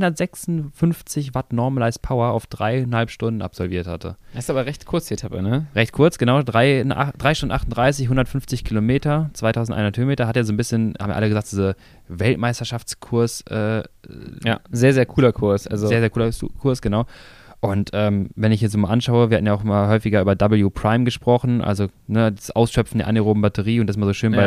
356 Watt Normalized Power auf 3,5 Stunden absolviert hatte. Das ist aber recht kurz, die Etappe, ne? Recht kurz, genau. 3 Stunden 38, 150 Kilometer, 2100 Höhenmeter. Hat er so ein bisschen, haben ja alle gesagt, diese Weltmeisterschaftskurs. Ja, sehr, sehr cooler Kurs. Also sehr, sehr cooler Kurs, genau. Und wenn ich jetzt so mal anschaue, wir hatten ja auch mal häufiger über W Prime gesprochen, also das Ausschöpfen der anaeroben Batterie und das mal so schön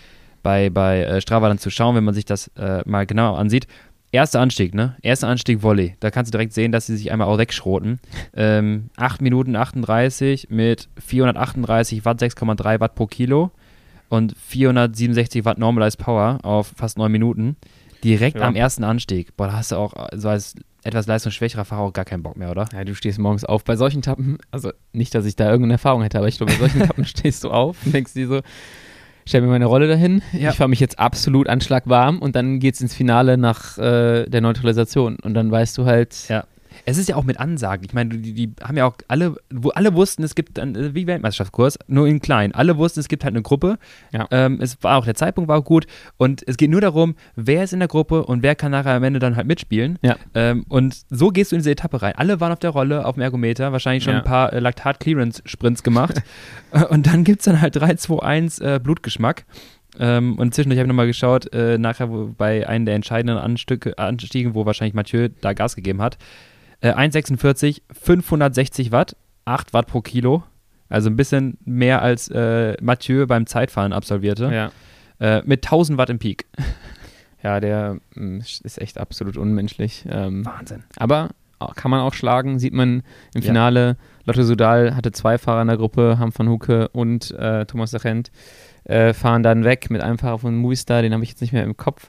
bei Strava dann zu schauen, wenn man sich das mal genauer ansieht. Erster Anstieg, Volley. Da kannst du direkt sehen, dass sie sich einmal auch wegschroten. 8 Minuten 38 mit 438 Watt, 6,3 Watt pro Kilo und 467 Watt Normalized Power auf fast 9 Minuten. Direkt am ersten Anstieg. Boah, da hast du auch so als etwas leistungsschwächerer Fahrer auch gar keinen Bock mehr, oder? Ja, du stehst morgens auf. Bei solchen Etappen, also nicht, dass ich da irgendeine Erfahrung hätte, aber ich glaube, bei solchen Etappen stehst du auf und denkst dir so, stell mir meine Rolle dahin, ich fahre mich jetzt absolut anschlagwarm und dann geht's ins Finale nach der Neutralisation und dann weißt du halt... Ja. Es ist ja auch mit Ansagen. Ich meine, die haben ja auch alle wussten, es gibt dann, wie Weltmeisterschaftskurs, nur in klein. Alle wussten, es gibt halt eine Gruppe. Ja. Es war auch, der Zeitpunkt war auch gut. Und es geht nur darum, wer ist in der Gruppe und wer kann nachher am Ende dann halt mitspielen. Ja. Und so gehst du in diese Etappe rein. Alle waren auf der Rolle, auf dem Ergometer, wahrscheinlich schon ein paar Laktat-Clearance-Sprints gemacht. Und dann gibt es dann halt 3, 2, 1 Blutgeschmack. Und zwischendurch habe ich nochmal geschaut, nachher bei einem der entscheidenden Anstiegen, wo wahrscheinlich Mathieu da Gas gegeben hat. 1,46, 560 Watt, 8 Watt pro Kilo. Also ein bisschen mehr als Mathieu beim Zeitfahren absolvierte. Ja. Mit 1000 Watt im Peak. Ja, der ist echt absolut unmenschlich. Wahnsinn. Aber kann man auch schlagen, sieht man im Finale. Lotto Soudal hatte 2 Fahrer in der Gruppe, Ham van Hoeke und Thomas Sargent, fahren dann weg mit einem Fahrer von Movistar, den habe ich jetzt nicht mehr im Kopf.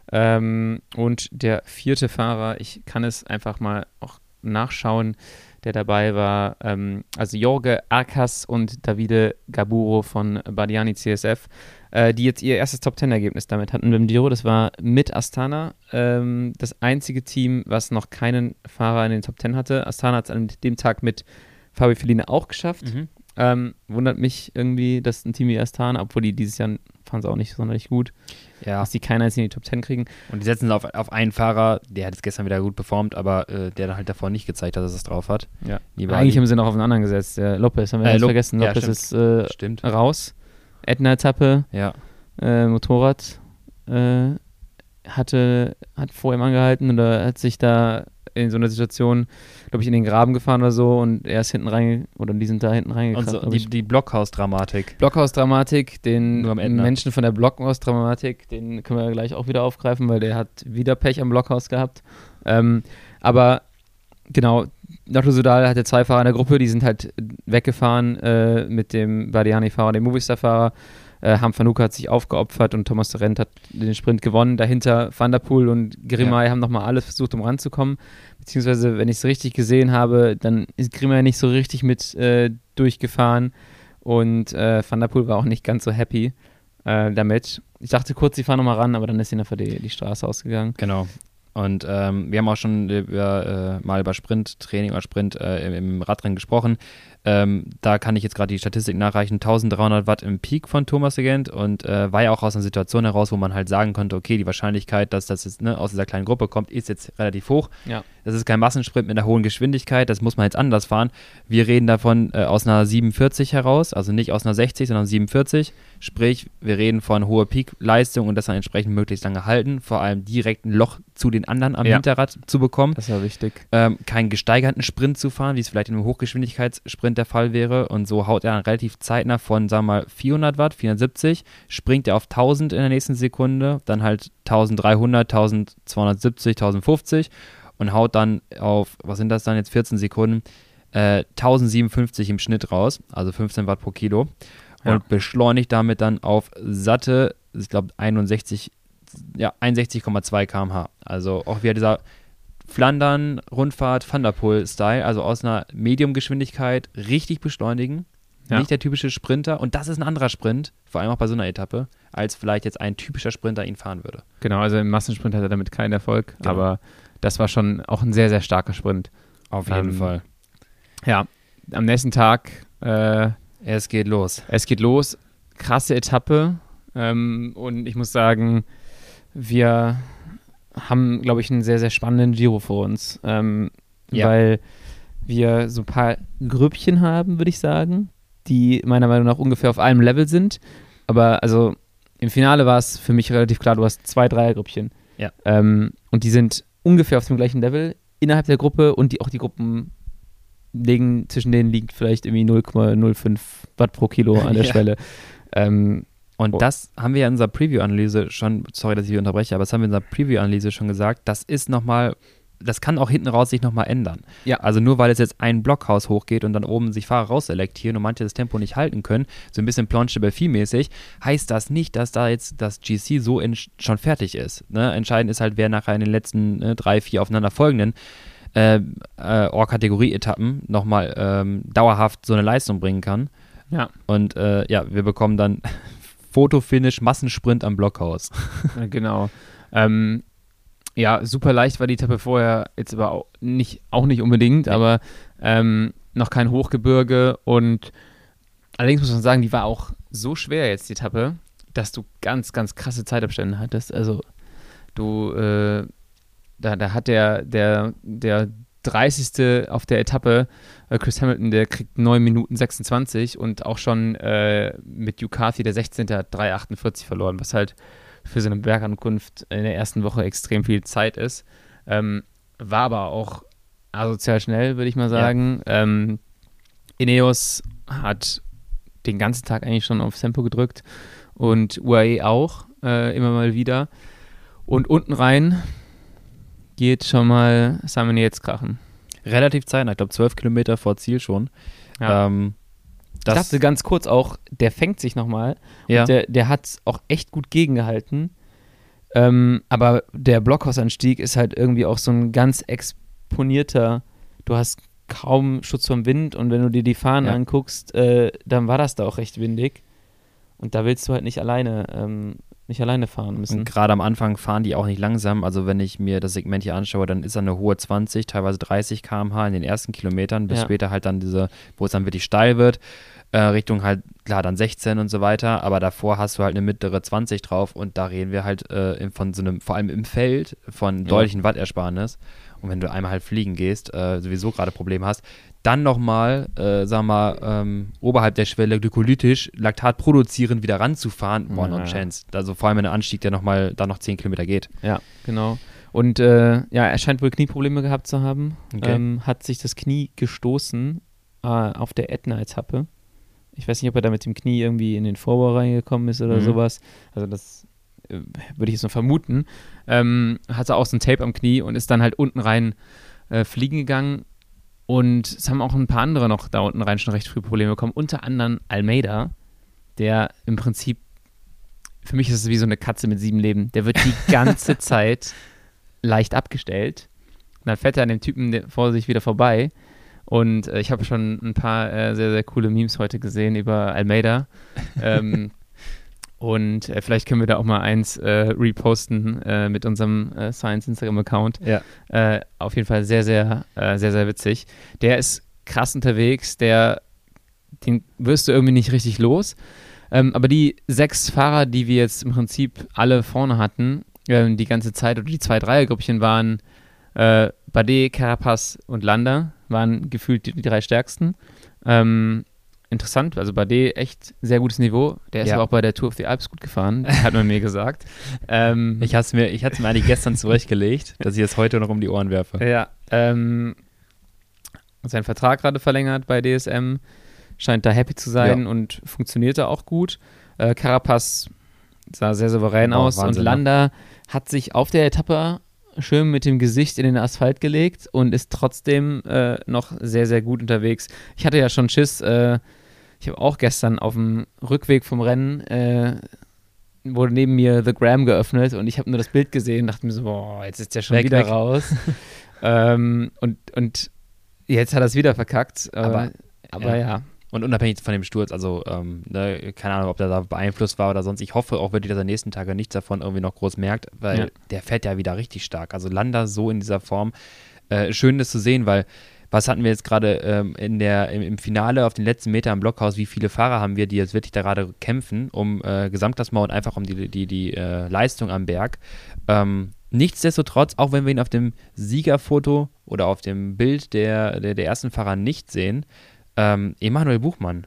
Und der 4. Fahrer, ich kann es einfach mal auch nachschauen, der dabei war, also Jorge Arcas und Davide Gaburo von Bardiani CSF, die jetzt ihr erstes Top-10-Ergebnis damit hatten beim Giro. Das war mit Astana, das einzige Team, was noch keinen Fahrer in den Top 10 hatte. Astana hat es an dem Tag mit Fabio Fellini auch geschafft. Wundert mich irgendwie, dass ein Team wie Astana, obwohl die dieses Jahr fahren sie auch nicht sonderlich gut, dass die keiner jetzt in die Top 10 kriegen. Und die setzen es auf einen Fahrer, der hat es gestern wieder gut performt, aber der dann halt davor nicht gezeigt hat, dass er es drauf hat. Ja. Eigentlich haben sie noch auf einen anderen gesetzt. Lopez haben wir jetzt vergessen. Lopez ist raus. Ätna-Etappe, Motorrad, hat vor ihm angehalten oder hat sich da in so einer Situation, glaube ich, in den Graben gefahren oder so und er ist hinten rein, oder die sind da hinten reingekracht. Und so, die Blockhaus-Dramatik. Blockhaus-Dramatik, den Menschen von der Blockhaus-Dramatik, den können wir gleich auch wieder aufgreifen, weil der hat wieder Pech am Blockhaus gehabt. Aber genau, Lotto Soudal hatte 2 Fahrer in der Gruppe, die sind halt weggefahren mit dem Bardiani-Fahrer, dem Movistar-Fahrer. Ham van Hoeke hat sich aufgeopfert und Thomas Sargent hat den Sprint gewonnen. Dahinter Van der Poel und Girmay haben nochmal alles versucht, um ranzukommen. Beziehungsweise, wenn ich es richtig gesehen habe, dann ist Girmay nicht so richtig mit durchgefahren und Van der Poel war auch nicht ganz so happy damit. Ich dachte kurz, sie fahren nochmal ran, aber dann ist ihnen einfach die Straße ausgegangen. Genau. Und wir haben auch schon mal über Sprinttraining oder Sprint im Radrennen gesprochen. Da kann ich jetzt gerade die Statistik nachreichen. 1300 Watt im Peak von Thomas Sargent und war ja auch aus einer Situation heraus, wo man halt sagen konnte, okay, die Wahrscheinlichkeit, dass das jetzt aus dieser kleinen Gruppe kommt, ist jetzt relativ hoch. Ja. Das ist kein Massensprint mit einer hohen Geschwindigkeit, das muss man jetzt anders fahren. Wir reden davon aus einer 47 heraus, also nicht aus einer 60, sondern 47. Sprich, wir reden von hoher Peak-Leistung und das dann entsprechend möglichst lange halten, vor allem direkt ein Loch zu den anderen am Hinterrad zu bekommen. Das war wichtig. Keinen gesteigerten Sprint zu fahren, wie es vielleicht in einem Hochgeschwindigkeitssprint der Fall wäre und so haut er dann relativ zeitnah von, sagen wir mal, 400 Watt, 470, springt er auf 1000 in der nächsten Sekunde, dann halt 1300, 1270, 1050 und haut dann auf, was sind das dann jetzt, 14 Sekunden, 1057 im Schnitt raus, also 15 Watt pro Kilo und beschleunigt damit dann auf satte, ich glaube 61,2 km/h. Also auch wieder dieser Flandern, Rundfahrt, Van der Poel-Style, also aus einer Medium-Geschwindigkeit richtig beschleunigen. Ja. Nicht der typische Sprinter. Und das ist ein anderer Sprint, vor allem auch bei so einer Etappe, als vielleicht jetzt ein typischer Sprinter ihn fahren würde. Genau, also im Massensprint hat er damit keinen Erfolg, genau. Aber das war schon auch ein sehr, sehr starker Sprint. Auf jeden Fall. Ja, am nächsten Tag es geht los. Es geht los. Krasse Etappe. Und ich muss sagen, wir haben, glaube ich, einen sehr, sehr spannenden Giro vor uns. Weil wir so ein paar Grüppchen haben, würde ich sagen, die meiner Meinung nach ungefähr auf einem Level sind. Aber also im Finale war es für mich relativ klar, du hast 2 Dreiergrüppchen. Ja. Und die sind ungefähr auf dem gleichen Level innerhalb der Gruppe und auch die Gruppen zwischen denen liegt vielleicht irgendwie 0,05 Watt pro Kilo an der Schwelle. Und das haben wir ja in unserer Preview-Analyse schon, sorry, dass ich unterbreche, aber das haben wir in unserer Preview-Analyse schon gesagt, das kann auch hinten raus sich nochmal ändern. Ja. Also nur weil es jetzt ein Blockhaus hochgeht und dann oben sich Fahrer rausselektieren und manche das Tempo nicht halten können, so ein bisschen Planche Belfi-mäßig, heißt das nicht, dass da jetzt das GC so schon fertig ist. Ne? Entscheidend ist halt, wer nachher in den letzten 3, 4 aufeinander folgenden Kategorie-Etappen nochmal dauerhaft so eine Leistung bringen kann. Ja. Und wir bekommen dann Fotofinish, Massensprint am Blockhaus. Ja, genau. Super leicht war die Etappe vorher, jetzt aber auch nicht unbedingt, aber noch kein Hochgebirge und allerdings muss man sagen, die war auch so schwer jetzt, die Etappe, dass du ganz, ganz krasse Zeitabstände hattest. Also du da hat der 30. auf der Etappe, Chris Hamilton, der kriegt 9 Minuten 26 und auch schon mit Hugh Carthy, der 16. hat 3,48 verloren, was halt für so eine Bergankunft in der ersten Woche extrem viel Zeit ist. War aber auch asozial schnell, würde ich mal sagen. Ja. Ineos hat den ganzen Tag eigentlich schon aufs Tempo gedrückt und UAE auch, immer mal wieder. Und unten rein geht schon mal Simon Yates krachen. Relativ zeitnah, ich glaube 12 Kilometer vor Ziel schon. Ja. Ich dachte ganz kurz auch, der fängt sich nochmal. Ja. Und der hat auch echt gut gegengehalten. Aber der Blockhausanstieg ist halt irgendwie auch so ein ganz exponierter, du hast kaum Schutz vom Wind und wenn du dir die Fahnen anguckst, dann war das da auch recht windig. Und da willst du halt nicht alleine fahren müssen. Und gerade am Anfang fahren die auch nicht langsam. Also wenn ich mir das Segment hier anschaue, dann ist da eine hohe 20, teilweise 30 km/h in den ersten Kilometern, bis später halt dann wo es dann wirklich steil wird, Richtung halt, klar, dann 16 und so weiter, aber davor hast du halt eine mittlere 20 drauf und da reden wir halt von so einem, vor allem im Feld, von deutlichen Wattersparnis. Und wenn du einmal halt fliegen gehst, sowieso gerade Probleme hast, dann nochmal, oberhalb der Schwelle glykolytisch, Laktat produzierend wieder ranzufahren, no chance. Also vor allem in einem Anstieg, der noch 10 Kilometer geht. Ja, genau. Und er scheint wohl Knieprobleme gehabt zu haben. Okay. Hat sich das Knie gestoßen auf der Ätna-Etappe. Ich weiß nicht, ob er da mit dem Knie irgendwie in den Vorbau reingekommen ist oder sowas. Also das würde ich jetzt noch vermuten. Hatte auch so ein Tape am Knie und ist dann halt unten rein fliegen gegangen. Und es haben auch ein paar andere noch da unten rein schon recht früh Probleme bekommen. Unter anderem Almeida, der im Prinzip, für mich ist es wie so eine Katze mit 7 Leben. Der wird die ganze Zeit leicht abgestellt. Und dann fährt er an dem Typen vor sich wieder vorbei. Und ich habe schon ein paar sehr, sehr coole Memes heute gesehen über Almeida. Und vielleicht können wir da auch mal eins reposten mit unserem Science Instagram-Account. Ja. Auf jeden Fall sehr, sehr, sehr, sehr witzig. Der ist krass unterwegs, den wirst du irgendwie nicht richtig los. Aber die 6 Fahrer, die wir jetzt im Prinzip alle vorne hatten, die ganze Zeit, oder die 2 Dreiergrüppchen waren Bardet, Carapaz und Landa, waren gefühlt die 3 stärksten. Interessant, also Bardet echt sehr gutes Niveau. Der ist aber auch bei der Tour of the Alps gut gefahren, hat man mir gesagt. Ich hatte es mir eigentlich gestern zurechtgelegt, dass ich es heute noch um die Ohren werfe. Ja, sein Vertrag gerade verlängert bei DSM, scheint da happy zu sein und funktionierte auch gut. Carapaz sah sehr souverän aus Wahnsinn, und Landa hat sich auf der Etappe schön mit dem Gesicht in den Asphalt gelegt und ist trotzdem noch sehr, sehr gut unterwegs. Ich hatte ja schon Schiss, ich habe auch gestern auf dem Rückweg vom Rennen wurde neben mir The Gram geöffnet und ich habe nur das Bild gesehen und dachte mir so, boah, jetzt ist der schon wieder raus. Und jetzt hat er es wieder verkackt. Aber ja. Und unabhängig von dem Sturz, also keine Ahnung, ob der da beeinflusst war oder sonst. Ich hoffe auch wirklich, dass er nächsten Tage nichts davon irgendwie noch groß merkt, weil der fährt ja wieder richtig stark. Also Landa so in dieser Form. Schön, das zu sehen, weil was hatten wir jetzt gerade im Finale auf den letzten Meter am Blockhaus, wie viele Fahrer haben wir, die jetzt wirklich da gerade kämpfen um Gesamtklassement und einfach um die Leistung am Berg. Nichtsdestotrotz, auch wenn wir ihn auf dem Siegerfoto oder auf dem Bild der ersten Fahrer nicht sehen, Emanuel Buchmann,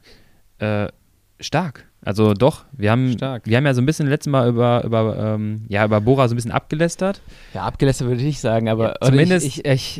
stark. Also doch, wir haben ja so ein bisschen letztes Mal über Bora so ein bisschen abgelästert. Ja, abgelästert würde ich nicht sagen, aber ja, zumindest ich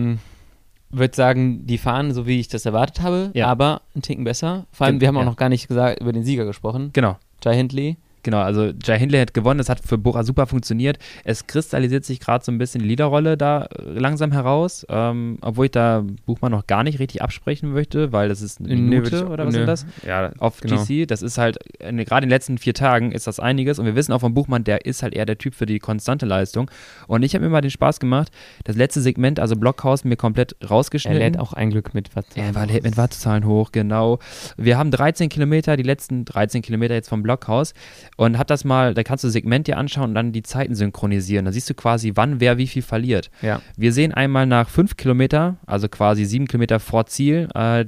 würde sagen, die fahren so, wie ich das erwartet habe, aber einen Ticken besser. Vor allem, wir haben auch noch gar nicht über den Sieger gesprochen. Genau. Jai Hindley. Genau, also Jai Hindley hat gewonnen, das hat für Bora super funktioniert. Es kristallisiert sich gerade so ein bisschen die Leaderrolle da langsam heraus, obwohl ich da Buchmann noch gar nicht richtig absprechen möchte, weil das ist eine Minute oder was ist das? Ja, auf GC. Das ist halt, gerade in den letzten 4 Tagen ist das einiges und wir wissen auch von Buchmann, der ist halt eher der Typ für die konstante Leistung und ich habe mir mal den Spaß gemacht, das letzte Segment, also Blockhaus, mir komplett rausgeschnitten. Er lädt auch ein Glück mit Wattzahlen. Er lädt mit Wattzahlen hoch, genau. Wir haben 13 Kilometer, die letzten 13 Kilometer jetzt vom Blockhaus. Und hab das mal, da kannst du Segment dir anschauen und dann die Zeiten synchronisieren. Da siehst du quasi, wann wer wie viel verliert. Ja. Wir sehen einmal nach 5 Kilometer, also quasi 7 Kilometer vor Ziel,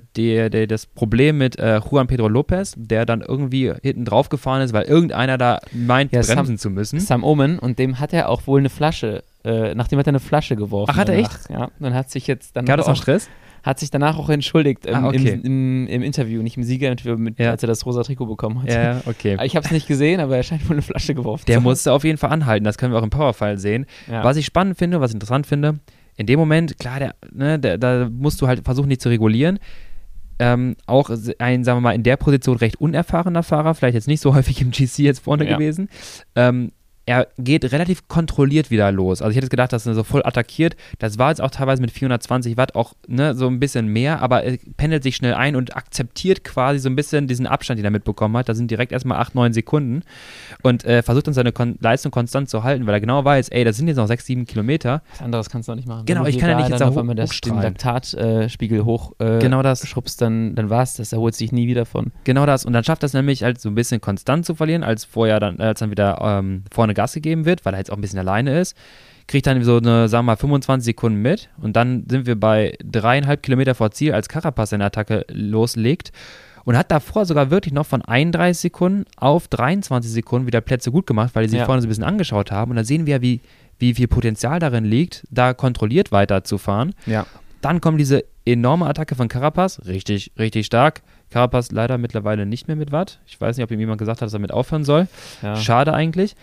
das Problem mit Juan Pedro Lopez, der dann irgendwie hinten drauf gefahren ist, weil irgendeiner da meint, bremsen zu müssen. Sam Omen, und dem hat er auch wohl eine Flasche, nachdem hat er eine Flasche geworfen. Ach, hat er echt? Ja, dann hat sich jetzt dann gab es noch Stress? Hat sich danach auch entschuldigt okay. im Interview, nicht im Siegerinterview, als er das rosa Trikot bekommen hat. Ja, okay. Ich habe es nicht gesehen, aber er scheint wohl eine Flasche geworfen zu haben. Der musste auf jeden Fall anhalten, das können wir auch im Powerfile sehen. Ja. Was ich spannend finde, was ich interessant finde, in dem Moment, klar, da musst du halt versuchen, die zu regulieren. Auch ein, sagen wir mal, in der Position recht unerfahrener Fahrer, vielleicht jetzt nicht so häufig im GC jetzt vorne gewesen, er geht relativ kontrolliert wieder los. Also ich hätte gedacht, dass er so voll attackiert. Das war jetzt auch teilweise mit 420 Watt auch so ein bisschen mehr, aber er pendelt sich schnell ein und akzeptiert quasi so ein bisschen diesen Abstand, den er mitbekommen hat. Da sind direkt erstmal 8-9 Sekunden und versucht dann seine Leistung konstant zu halten, weil er genau weiß, das sind jetzt noch 6-7 Kilometer. Was anderes kannst du auch nicht machen. Genau, ich kann ja nicht jetzt auch, wenn man den Laktatspiegel genau das schubst, dann war es das. Er holt sich nie wieder von. Genau das. Und dann schafft das nämlich halt so ein bisschen konstant zu verlieren, als dann wieder vorne Gas gegeben wird, weil er jetzt auch ein bisschen alleine ist, kriegt dann so eine, sagen wir mal, 25 Sekunden mit und dann sind wir bei 3,5 Kilometer vor Ziel, als Carapaz seine Attacke loslegt und hat davor sogar wirklich noch von 31 Sekunden auf 23 Sekunden wieder Plätze gut gemacht, weil die sich vorne so ein bisschen angeschaut haben und da sehen wir, wie viel Potenzial darin liegt, da kontrolliert weiterzufahren. Ja. Dann kommt diese enorme Attacke von Carapaz, richtig, richtig stark. Carapaz leider mittlerweile nicht mehr mit Watt. Ich weiß nicht, ob ihm jemand gesagt hat, dass er mit aufhören soll. Ja. Schade eigentlich.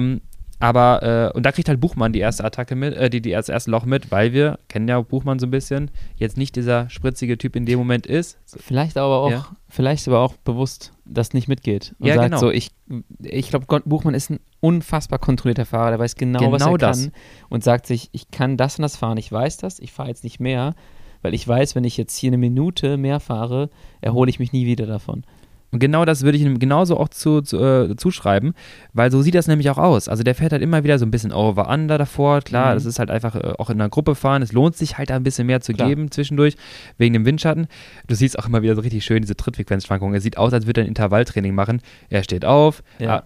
Aber und da kriegt halt Buchmann die erste Attacke mit, das erste Loch mit, weil wir kennen ja Buchmann so ein bisschen, jetzt nicht dieser spritzige Typ in dem Moment ist. Vielleicht aber auch bewusst, dass nicht mitgeht. Und sagt genau. So, ich glaube, Buchmann ist ein unfassbar kontrollierter Fahrer, der weiß genau was er kann und sagt sich, ich kann das und das fahren, ich weiß das, ich fahre jetzt nicht mehr, weil ich weiß, wenn ich jetzt hier eine Minute mehr fahre, erhole ich mich nie wieder davon. Und genau das würde ich ihm genauso auch zuschreiben, weil so sieht das nämlich auch aus. Also der fährt halt immer wieder so ein bisschen over-under davor. Klar, das ist halt einfach auch in einer Gruppe fahren. Es lohnt sich halt da ein bisschen mehr zu geben zwischendurch, wegen dem Windschatten. Du siehst auch immer wieder so richtig schön diese Trittfrequenzschwankungen. Es sieht aus, als würde er ein Intervalltraining machen. Er steht auf,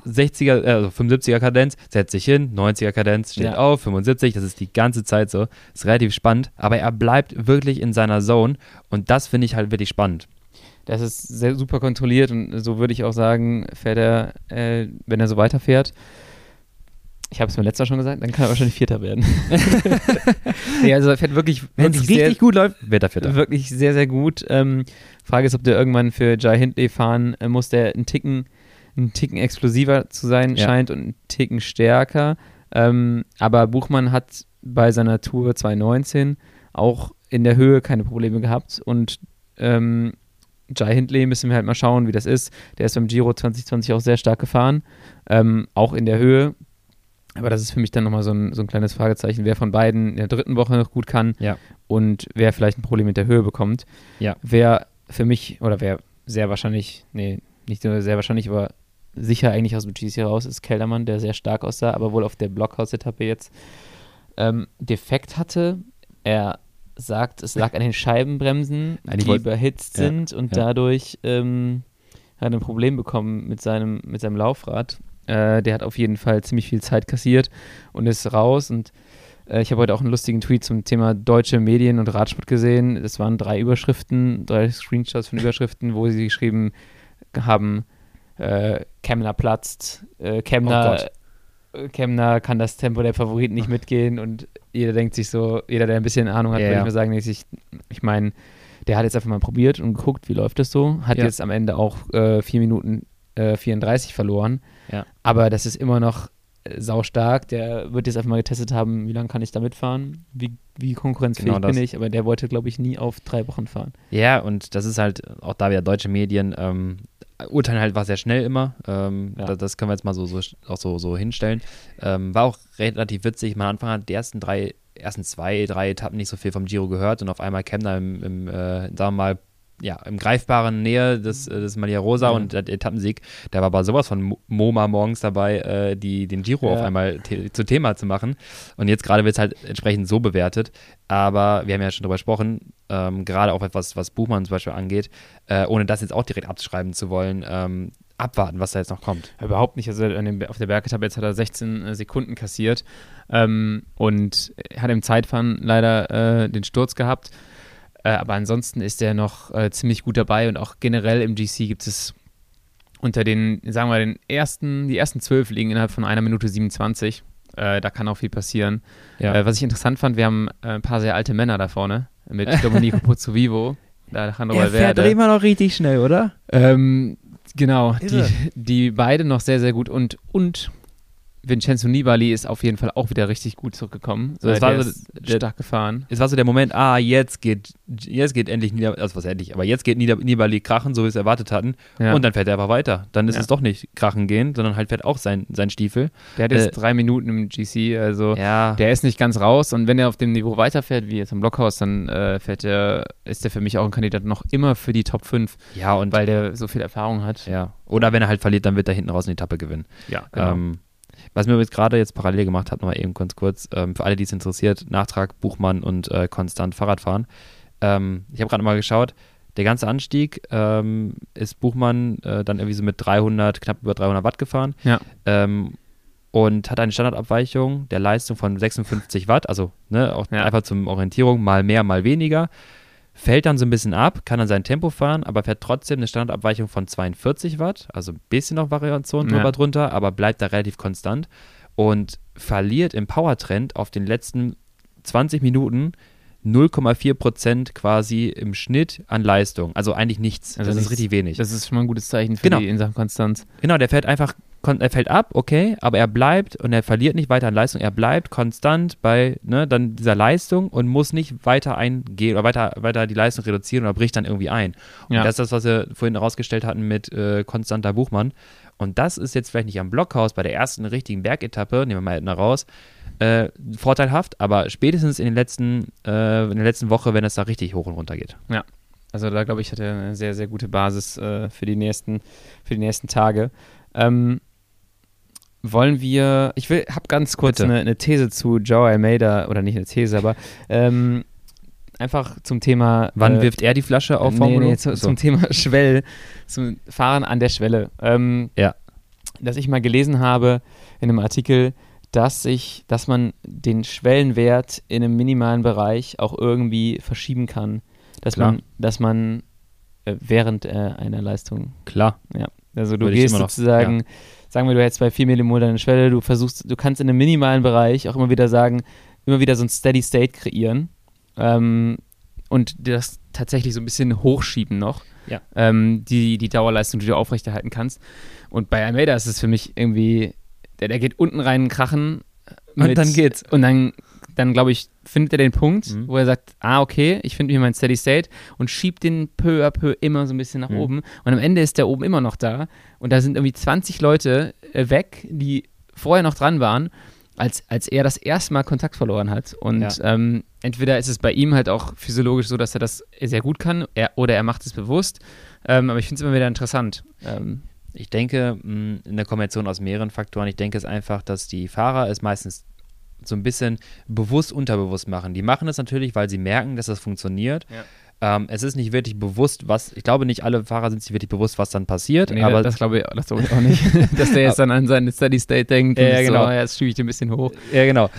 75er Kadenz, setzt sich hin, 90er Kadenz, steht auf, 75, das ist die ganze Zeit so. Ist relativ spannend, aber er bleibt wirklich in seiner Zone und das finde ich halt wirklich spannend. Das ist sehr super kontrolliert und so würde ich auch sagen, fährt er, wenn er so weiterfährt, ich habe es mir letztes Mal schon gesagt, dann kann er wahrscheinlich Vierter werden. Nee, also er fährt wirklich wenn es richtig gut läuft, wird er Vierter. Wirklich sehr, sehr gut. Frage ist, ob der irgendwann für Jai Hindley fahren muss, der einen Ticken explosiver zu sein scheint und einen Ticken stärker. Aber Buchmann hat bei seiner Tour 2019 auch in der Höhe keine Probleme gehabt und Jai Hindley müssen wir halt mal schauen, wie das ist. Der ist beim Giro 2020 auch sehr stark gefahren, auch in der Höhe. Aber das ist für mich dann nochmal so ein kleines Fragezeichen, wer von beiden in der dritten Woche noch gut kann und wer vielleicht ein Problem mit der Höhe bekommt. Ja. Wer für mich, oder wer sehr wahrscheinlich, nicht nur sehr wahrscheinlich, aber sicher eigentlich aus dem GC raus, ist Kelderman, der sehr stark aussah, aber wohl auf der Blockhaus-Etappe jetzt Defekt hatte. er sagt, es lag an den Scheibenbremsen, die überhitzt sind und dadurch hat er ein Problem bekommen mit seinem Laufrad. Der hat auf jeden Fall ziemlich viel Zeit kassiert und ist raus. Und ich habe heute auch einen lustigen Tweet zum Thema deutsche Medien und Radsport gesehen. Es waren 3 Screenshots von Überschriften, wo sie geschrieben haben, Kemna platzt, Kemna kann das Tempo der Favoriten nicht mitgehen und jeder denkt sich so, jeder, der ein bisschen Ahnung hat, würde ich mal sagen, ich meine, der hat jetzt einfach mal probiert und geguckt, wie läuft das so, hat jetzt am Ende auch 4 Minuten 34 verloren, aber das ist immer noch saustark, der wird jetzt einfach mal getestet haben, wie lange kann ich da mitfahren, wie konkurrenzfähig bin ich, aber der wollte, glaube ich, nie auf 3 Wochen fahren. Ja, und das ist halt auch da wieder deutsche Medien, urteilen halt war sehr schnell immer. Das können wir jetzt mal so hinstellen. War auch relativ witzig. Man am Anfang hat die ersten 2, 3 Etappen nicht so viel vom Giro gehört und auf einmal Kemna im sagen wir mal, im greifbaren Nähe des Maglia Rosa und der Etappensieg, der war aber sowas von MoMA morgens dabei, den Giro auf einmal zu Thema zu machen. Und jetzt gerade wird es halt entsprechend so bewertet. Aber wir haben ja schon drüber gesprochen, gerade auch etwas, was Buchmann zum Beispiel angeht, ohne das jetzt auch direkt abschreiben zu wollen, abwarten, was da jetzt noch kommt. Überhaupt nicht. Also auf der Bergetappe jetzt hat er 16 Sekunden kassiert und hat im Zeitfahren leider den Sturz gehabt. Aber ansonsten ist er noch ziemlich gut dabei und auch generell im GC gibt es unter den, sagen wir, die ersten 12 liegen innerhalb von 1 Minute 27. Da kann auch viel passieren. Ja. Was ich interessant fand, wir haben ein paar sehr alte Männer da vorne mit Domenico Pozzovivo. Er fährt immer noch richtig schnell, oder? Genau, die beide noch sehr, sehr gut und Vincenzo Nibali ist auf jeden Fall auch wieder richtig gut zurückgekommen. So, das war stark gefahren. Es war so der Moment, jetzt geht endlich Nibali, also was endlich, aber jetzt geht Nibali krachen, so wie wir es erwartet hatten. Ja. Und dann fährt er einfach weiter. Dann ist es doch nicht krachen gehen, sondern halt fährt auch sein Stiefel. Der hat jetzt 3 Minuten im GC, also der ist nicht ganz raus. Und wenn er auf dem Niveau weiterfährt, wie jetzt am Blockhaus, dann ist der für mich auch ein Kandidat noch immer für die Top 5. Ja, und weil der so viel Erfahrung hat. Ja. Oder wenn er halt verliert, dann wird er hinten raus eine Etappe gewinnen. Ja, genau. Was mir jetzt gerade parallel gemacht hat, nochmal eben ganz kurz, für alle, die es interessiert, Nachtrag Buchmann und konstant Fahrradfahren. Ich habe gerade mal geschaut, der ganze Anstieg ist Buchmann dann irgendwie so mit knapp über 300 Watt gefahren und hat eine Standardabweichung der Leistung von 56 Watt, also einfach zur Orientierung, mal mehr, mal weniger. Fällt dann so ein bisschen ab, kann dann sein Tempo fahren, aber fährt trotzdem eine Standardabweichung von 42 Watt, also ein bisschen noch Variation drunter, aber bleibt da relativ konstant und verliert im Powertrend auf den letzten 20 Minuten 0,4% quasi im Schnitt an Leistung. Also eigentlich nichts. Also das ist richtig wenig. Das ist schon mal ein gutes Zeichen für die in Sachen Konstanz. Genau, der fährt einfach, er fällt ab, okay, aber er bleibt und er verliert nicht weiter an Leistung. Er bleibt konstant bei dann dieser Leistung und muss nicht weiter eingehen oder weiter die Leistung reduzieren oder bricht dann irgendwie ein. Und das ist das, was wir vorhin herausgestellt hatten mit konstanter Buchmann. Und das ist jetzt vielleicht nicht am Blockhaus bei der ersten richtigen Bergetappe, nehmen wir mal Edna raus, vorteilhaft, aber spätestens in der letzten Woche, wenn es da richtig hoch und runter geht. Ja, also da glaube ich, hat er eine sehr, sehr gute Basis für die nächsten Tage. Wollen wir, habe ganz kurz eine These zu Joao Almeida, oder nicht eine These, aber einfach zum Thema. Wann wirft er die Flasche auf Formulo? Zum Thema zum Fahren an der Schwelle. Dass ich mal gelesen habe in einem Artikel, dass man den Schwellenwert in einem minimalen Bereich auch irgendwie verschieben kann. Dass man während einer Leistung. Klar. Ja. Also du gehst sozusagen, sagen wir, du hättest bei 4 Millimol deine Schwelle, du kannst in einem minimalen Bereich auch immer wieder so ein Steady State kreieren und das tatsächlich so ein bisschen hochschieben noch. Ja. Die Dauerleistung, die du aufrechterhalten kannst. Und bei Almeida ist es für mich irgendwie, der geht unten rein krachen. Und dann geht's. Und dann glaube ich, findet er den Punkt, wo er sagt, okay, ich finde hier mein Steady State und schiebt den peu à peu immer so ein bisschen nach oben. Und am Ende ist der oben immer noch da. Und da sind irgendwie 20 Leute weg, die vorher noch dran waren, als er das erste Mal Kontakt verloren hat. Und entweder ist es bei ihm halt auch physiologisch so, dass er das sehr gut kann, oder er macht es bewusst. Aber ich finde es immer wieder interessant. Ich denke, in der Kombination aus mehreren Faktoren, ich denke es einfach, dass die Fahrer es meistens so ein bisschen bewusst, unterbewusst machen. Die machen das natürlich, weil sie merken, dass das funktioniert. Ja. Es ist nicht wirklich bewusst, ich glaube nicht alle Fahrer sind sich wirklich bewusst, was dann passiert. Nee, aber das glaube ich auch nicht, dass der jetzt dann an seine Steady State denkt und genau. So, jetzt schiebe ich den ein bisschen hoch. Ja, genau.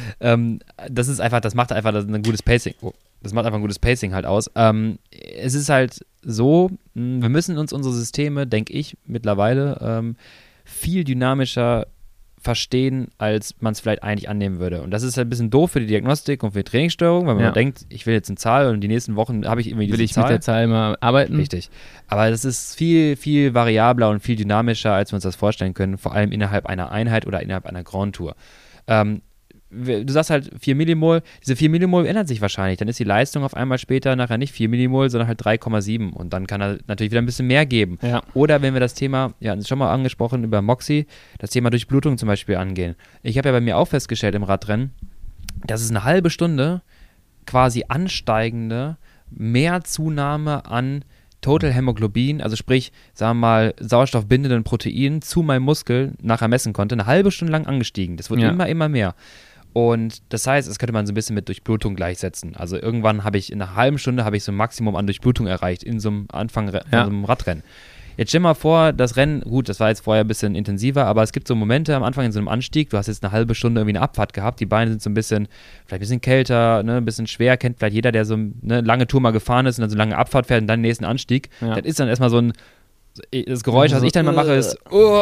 Das macht einfach ein gutes Pacing. Das macht einfach ein gutes Pacing halt aus. Es ist halt so, wir müssen uns unsere Systeme, denke ich, mittlerweile viel dynamischer verstehen, als man es vielleicht eigentlich annehmen würde. Und das ist halt ein bisschen doof für die Diagnostik und für die Trainingssteuerung, weil man denkt, ich will jetzt eine Zahl und die nächsten Wochen habe ich irgendwie diese Zahl. Will ich mit der Zahl mal arbeiten? Richtig. Aber das ist viel, viel variabler und viel dynamischer, als wir uns das vorstellen können, vor allem innerhalb einer Einheit oder innerhalb einer Grand Tour. Du sagst halt 4 Millimol, diese 4 Millimol ändert sich wahrscheinlich, dann ist die Leistung auf einmal später nachher nicht 4 Millimol, sondern halt 3,7 und dann kann er natürlich wieder ein bisschen mehr geben. Ja. Oder wenn wir das Thema, schon mal angesprochen über Moxy, das Thema Durchblutung zum Beispiel angehen. Ich habe ja bei mir auch festgestellt im Radrennen, dass es eine halbe Stunde quasi ansteigende Mehrzunahme an Total Hämoglobin, also sprich, sagen wir mal, sauerstoffbindenden Proteinen zu meinem Muskel nachher messen konnte, eine halbe Stunde lang angestiegen. Das wird immer mehr. Und das heißt, das könnte man so ein bisschen mit Durchblutung gleichsetzen. Also irgendwann habe ich in einer halben Stunde so ein Maximum an Durchblutung erreicht in so einem Anfang von so einem Radrennen. Jetzt stell mal vor, das Rennen, gut, das war jetzt vorher ein bisschen intensiver, aber es gibt so Momente am Anfang in so einem Anstieg, du hast jetzt eine halbe Stunde irgendwie eine Abfahrt gehabt, die Beine sind so ein bisschen, vielleicht ein bisschen kälter, ne, ein bisschen schwer, kennt vielleicht jeder, der so eine lange Tour mal gefahren ist und dann so eine lange Abfahrt fährt und dann den nächsten Anstieg. Ja. Das ist dann erstmal das Geräusch, was ich dann mal mache, ist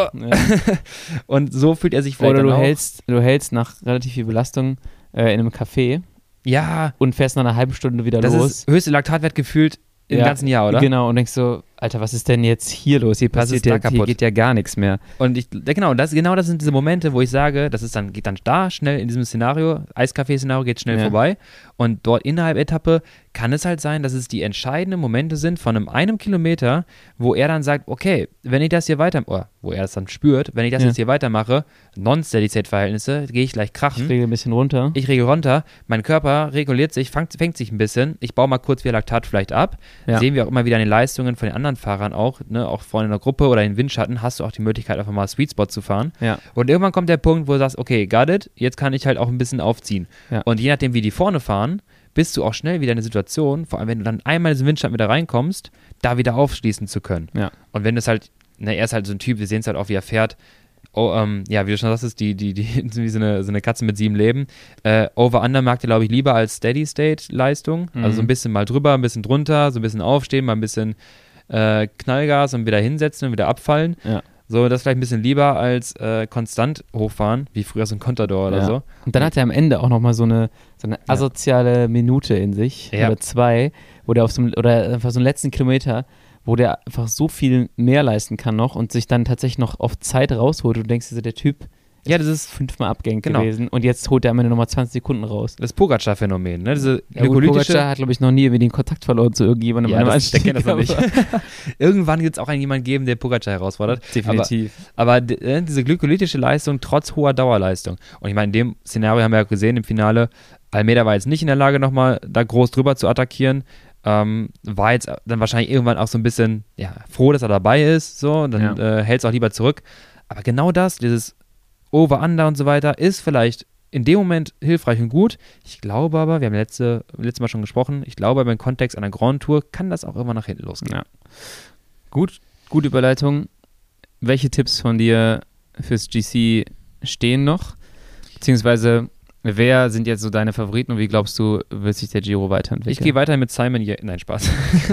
und so fühlt er sich vielleicht oder dann auch. Du hältst nach relativ viel Belastung in einem Café und fährst nach einer halben Stunde wieder los. Das ist höchste Laktatwert gefühlt im ganzen Jahr, oder? Genau, und denkst so, Alter, was ist denn jetzt hier los? Hier geht ja gar nichts mehr. Und das sind diese Momente, wo ich sage, geht dann da schnell in diesem Szenario, Eiskaffee-Szenario geht schnell vorbei und dort innerhalb Etappe kann es halt sein, dass es die entscheidenden Momente sind von einem Kilometer, wo er dann sagt, okay, wenn ich das hier wo er das dann spürt, wenn ich das jetzt hier weitermache, Non-Steady-State-Verhältnisse, gehe ich gleich krachen. Ich regel ein bisschen runter. Mein Körper reguliert sich, fängt sich ein bisschen, ich baue mal kurz wieder Laktat vielleicht ab. Sehen wir auch immer wieder an den Leistungen von den anderen Fahrern auch, ne, auch vorne in der Gruppe oder in Windschatten hast du auch die Möglichkeit, einfach mal Sweet Spot zu fahren. Ja. Und irgendwann kommt der Punkt, wo du sagst, okay, got it, jetzt kann ich halt auch ein bisschen aufziehen. Ja. Und je nachdem, wie die vorne fahren, bist du auch schnell wieder in der Situation, vor allem wenn du dann einmal in diesen Windschatten wieder reinkommst, da wieder aufschließen zu können. Ja. Und wenn das halt, er ist halt so ein Typ, wir sehen es halt auch, wie er fährt, wie du schon sagst, die wie so eine Katze mit 7 Leben. Over-Under mag der, glaube ich, lieber als Steady-State-Leistung. Also so ein bisschen mal drüber, ein bisschen drunter, so ein bisschen aufstehen, mal ein bisschen Knallgas und wieder hinsetzen und wieder abfallen. Ja. So, das vielleicht ein bisschen lieber als konstant hochfahren, wie früher so ein Contador oder so. Und dann hat er am Ende auch nochmal so eine asoziale Minute in sich oder 2, wo der oder einfach so einen letzten Kilometer, wo der einfach so viel mehr leisten kann noch und sich dann tatsächlich noch auf Zeit rausholt. Und du denkst dir, der Typ das ist 5-mal abgängig gewesen und jetzt holt er am Ende nochmal 20 Sekunden raus. Das Pogacar-Phänomen, ne? Diese Pogacar hat, glaube ich, noch nie den Kontakt verloren zu irgendjemandem. Ja, der kennt das noch nicht. Irgendwann wird es auch jemanden geben, der Pogacar herausfordert. Definitiv. Aber diese glykolytische Leistung trotz hoher Dauerleistung. Und ich meine, in dem Szenario haben wir ja gesehen im Finale, Almeida war jetzt nicht in der Lage, nochmal da groß drüber zu attackieren. War jetzt dann wahrscheinlich irgendwann auch so ein bisschen froh, dass er dabei ist. So, und dann hält es auch lieber zurück. Aber genau das, dieses Over-Under und so weiter, ist vielleicht in dem Moment hilfreich und gut. Ich glaube aber, wir haben letztes Mal schon gesprochen, ich glaube aber im Kontext einer Grand Tour kann das auch immer nach hinten losgehen. Ja. Gut, gute Überleitung. Welche Tipps von dir fürs GC stehen noch? Beziehungsweise, wer sind jetzt so deine Favoriten und wie glaubst du, wird sich der Giro weiterentwickeln? Ich gehe weiter mit Simon. Nein, Spaß.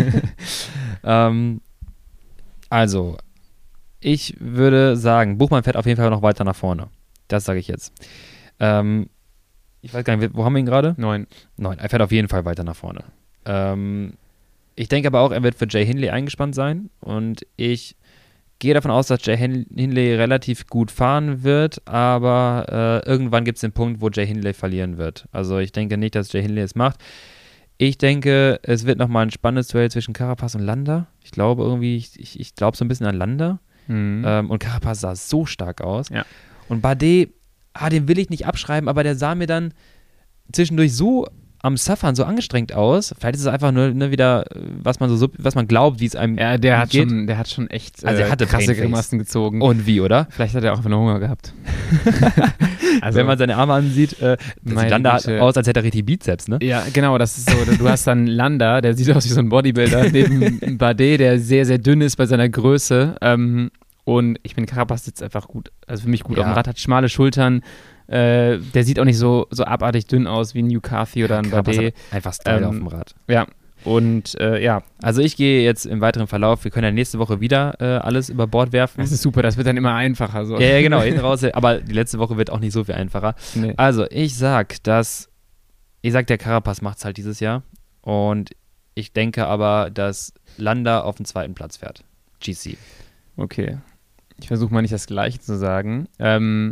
Also, ich würde sagen, Buchmann fährt auf jeden Fall noch weiter nach vorne. Das sage ich jetzt. Ich weiß gar nicht, wo haben wir ihn gerade? 9. Er fährt auf jeden Fall weiter nach vorne. Ich denke aber auch, er wird für Jay Hindley eingespannt sein und ich gehe davon aus, dass Jay Hindley relativ gut fahren wird, aber irgendwann gibt es den Punkt, wo Jay Hindley verlieren wird. Also ich denke nicht, dass Jay Hindley es macht. Ich denke, es wird nochmal ein spannendes Duell zwischen Carapaz und Landa. Ich glaube irgendwie, ich glaube so ein bisschen an Landa. Und Carapaz sah so stark aus. Ja. Und Bardet, den will ich nicht abschreiben, aber der sah mir dann zwischendurch so am Suffern so angestrengt aus. Vielleicht ist es einfach nur wieder, was man glaubt, wie es einem geht. Der hat schon echt er hatte krasse Grimassen gezogen. Und wie, oder? Vielleicht hat er auch einfach nur Hunger gehabt. Also, wenn man seine Arme ansieht, sieht Landa aus, als hätte er richtig Bizeps, ne? Ja, genau, das ist so. Du hast dann Landa, der sieht aus wie so ein Bodybuilder, neben Bardet, der sehr, sehr dünn ist bei seiner Größe. Und ich finde, Carapaz sitzt einfach gut, also für mich gut auf dem Rad, hat schmale Schultern. Der sieht auch nicht so abartig dünn aus wie ein Hugh Carthy oder ein Bardet. Einfach Style auf dem Rad. Ja. Und also ich gehe jetzt im weiteren Verlauf, wir können ja nächste Woche wieder alles über Bord werfen. Das ist super, das wird dann immer einfacher. So. Ja, genau, hinten raus, aber die letzte Woche wird auch nicht so viel einfacher. Nee. Also ich sag, der Carapaz macht es halt dieses Jahr und ich denke aber, dass Landa auf den zweiten Platz fährt. GC. Okay, ich versuche mal nicht das Gleiche zu sagen. Ich habe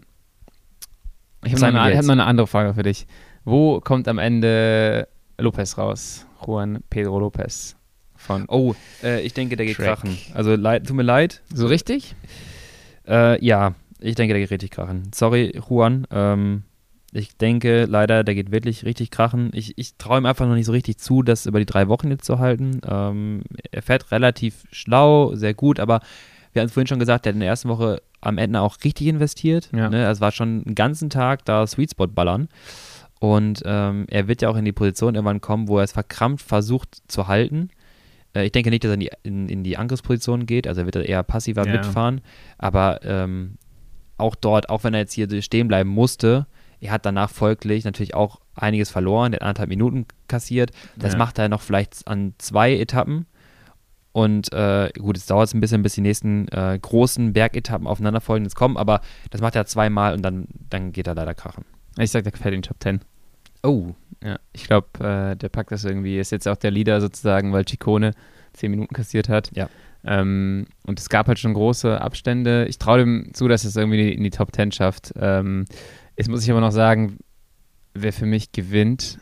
noch eine andere Frage für dich. Wo kommt am Ende Lopez raus? Juan Pedro Lopez von ich denke, der geht krachen. Also tut mir leid. So richtig? Ja, ich denke, der geht richtig krachen. Sorry, Juan. Ich denke leider, der geht wirklich richtig krachen. Ich traue ihm einfach noch nicht so richtig zu, das über die 3 Wochen jetzt zu halten. Er fährt relativ schlau, sehr gut, aber wir haben es vorhin schon gesagt, der hat in der ersten Woche am Ende auch richtig investiert. Ja. Ne? Es war schon einen ganzen Tag da Sweet Spot ballern. Und er wird ja auch in die Position irgendwann kommen, wo er es verkrampft versucht zu halten. Ich denke nicht, dass er in die Angriffsposition geht, also er wird eher passiver mitfahren. Aber auch dort, auch wenn er jetzt hier stehen bleiben musste, er hat danach folglich natürlich auch einiges verloren, der hat 1,5 Minuten kassiert. Das macht er noch vielleicht an 2 Etappen. Und gut, jetzt dauert es ein bisschen, bis die nächsten großen Bergetappen aufeinanderfolgen jetzt kommen, aber das macht er 2-mal und dann geht er leider krachen. Ich sag, der fährt in den Top 10. Oh. Ja, ich glaube, der packt das irgendwie, ist jetzt auch der Leader sozusagen, weil Ciccone 10 Minuten kassiert hat. Ja. Und es gab halt schon große Abstände. Ich traue dem zu, dass es irgendwie in die Top 10 schafft. Jetzt muss ich aber noch sagen, wer für mich gewinnt.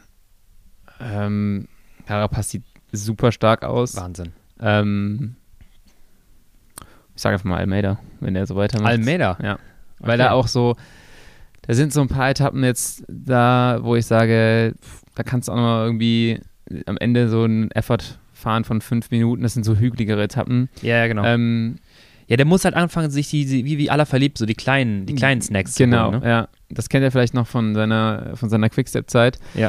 Carapaz sieht super stark aus. Wahnsinn. Ich sage einfach mal Almeida, wenn er so weitermacht. Almeida? Ja. Weil da auch so, da sind so ein paar Etappen jetzt da, wo ich sage, da kannst du auch noch mal irgendwie am Ende so einen Effort fahren von 5 Minuten. Das sind so hügeligere Etappen. Ja, genau. Ja, der muss halt anfangen, sich wie Alaphilippe, so die kleinen Snacks zu holen, ne? Ja. Das kennt er vielleicht noch von seiner Quickstep-Zeit. Ja.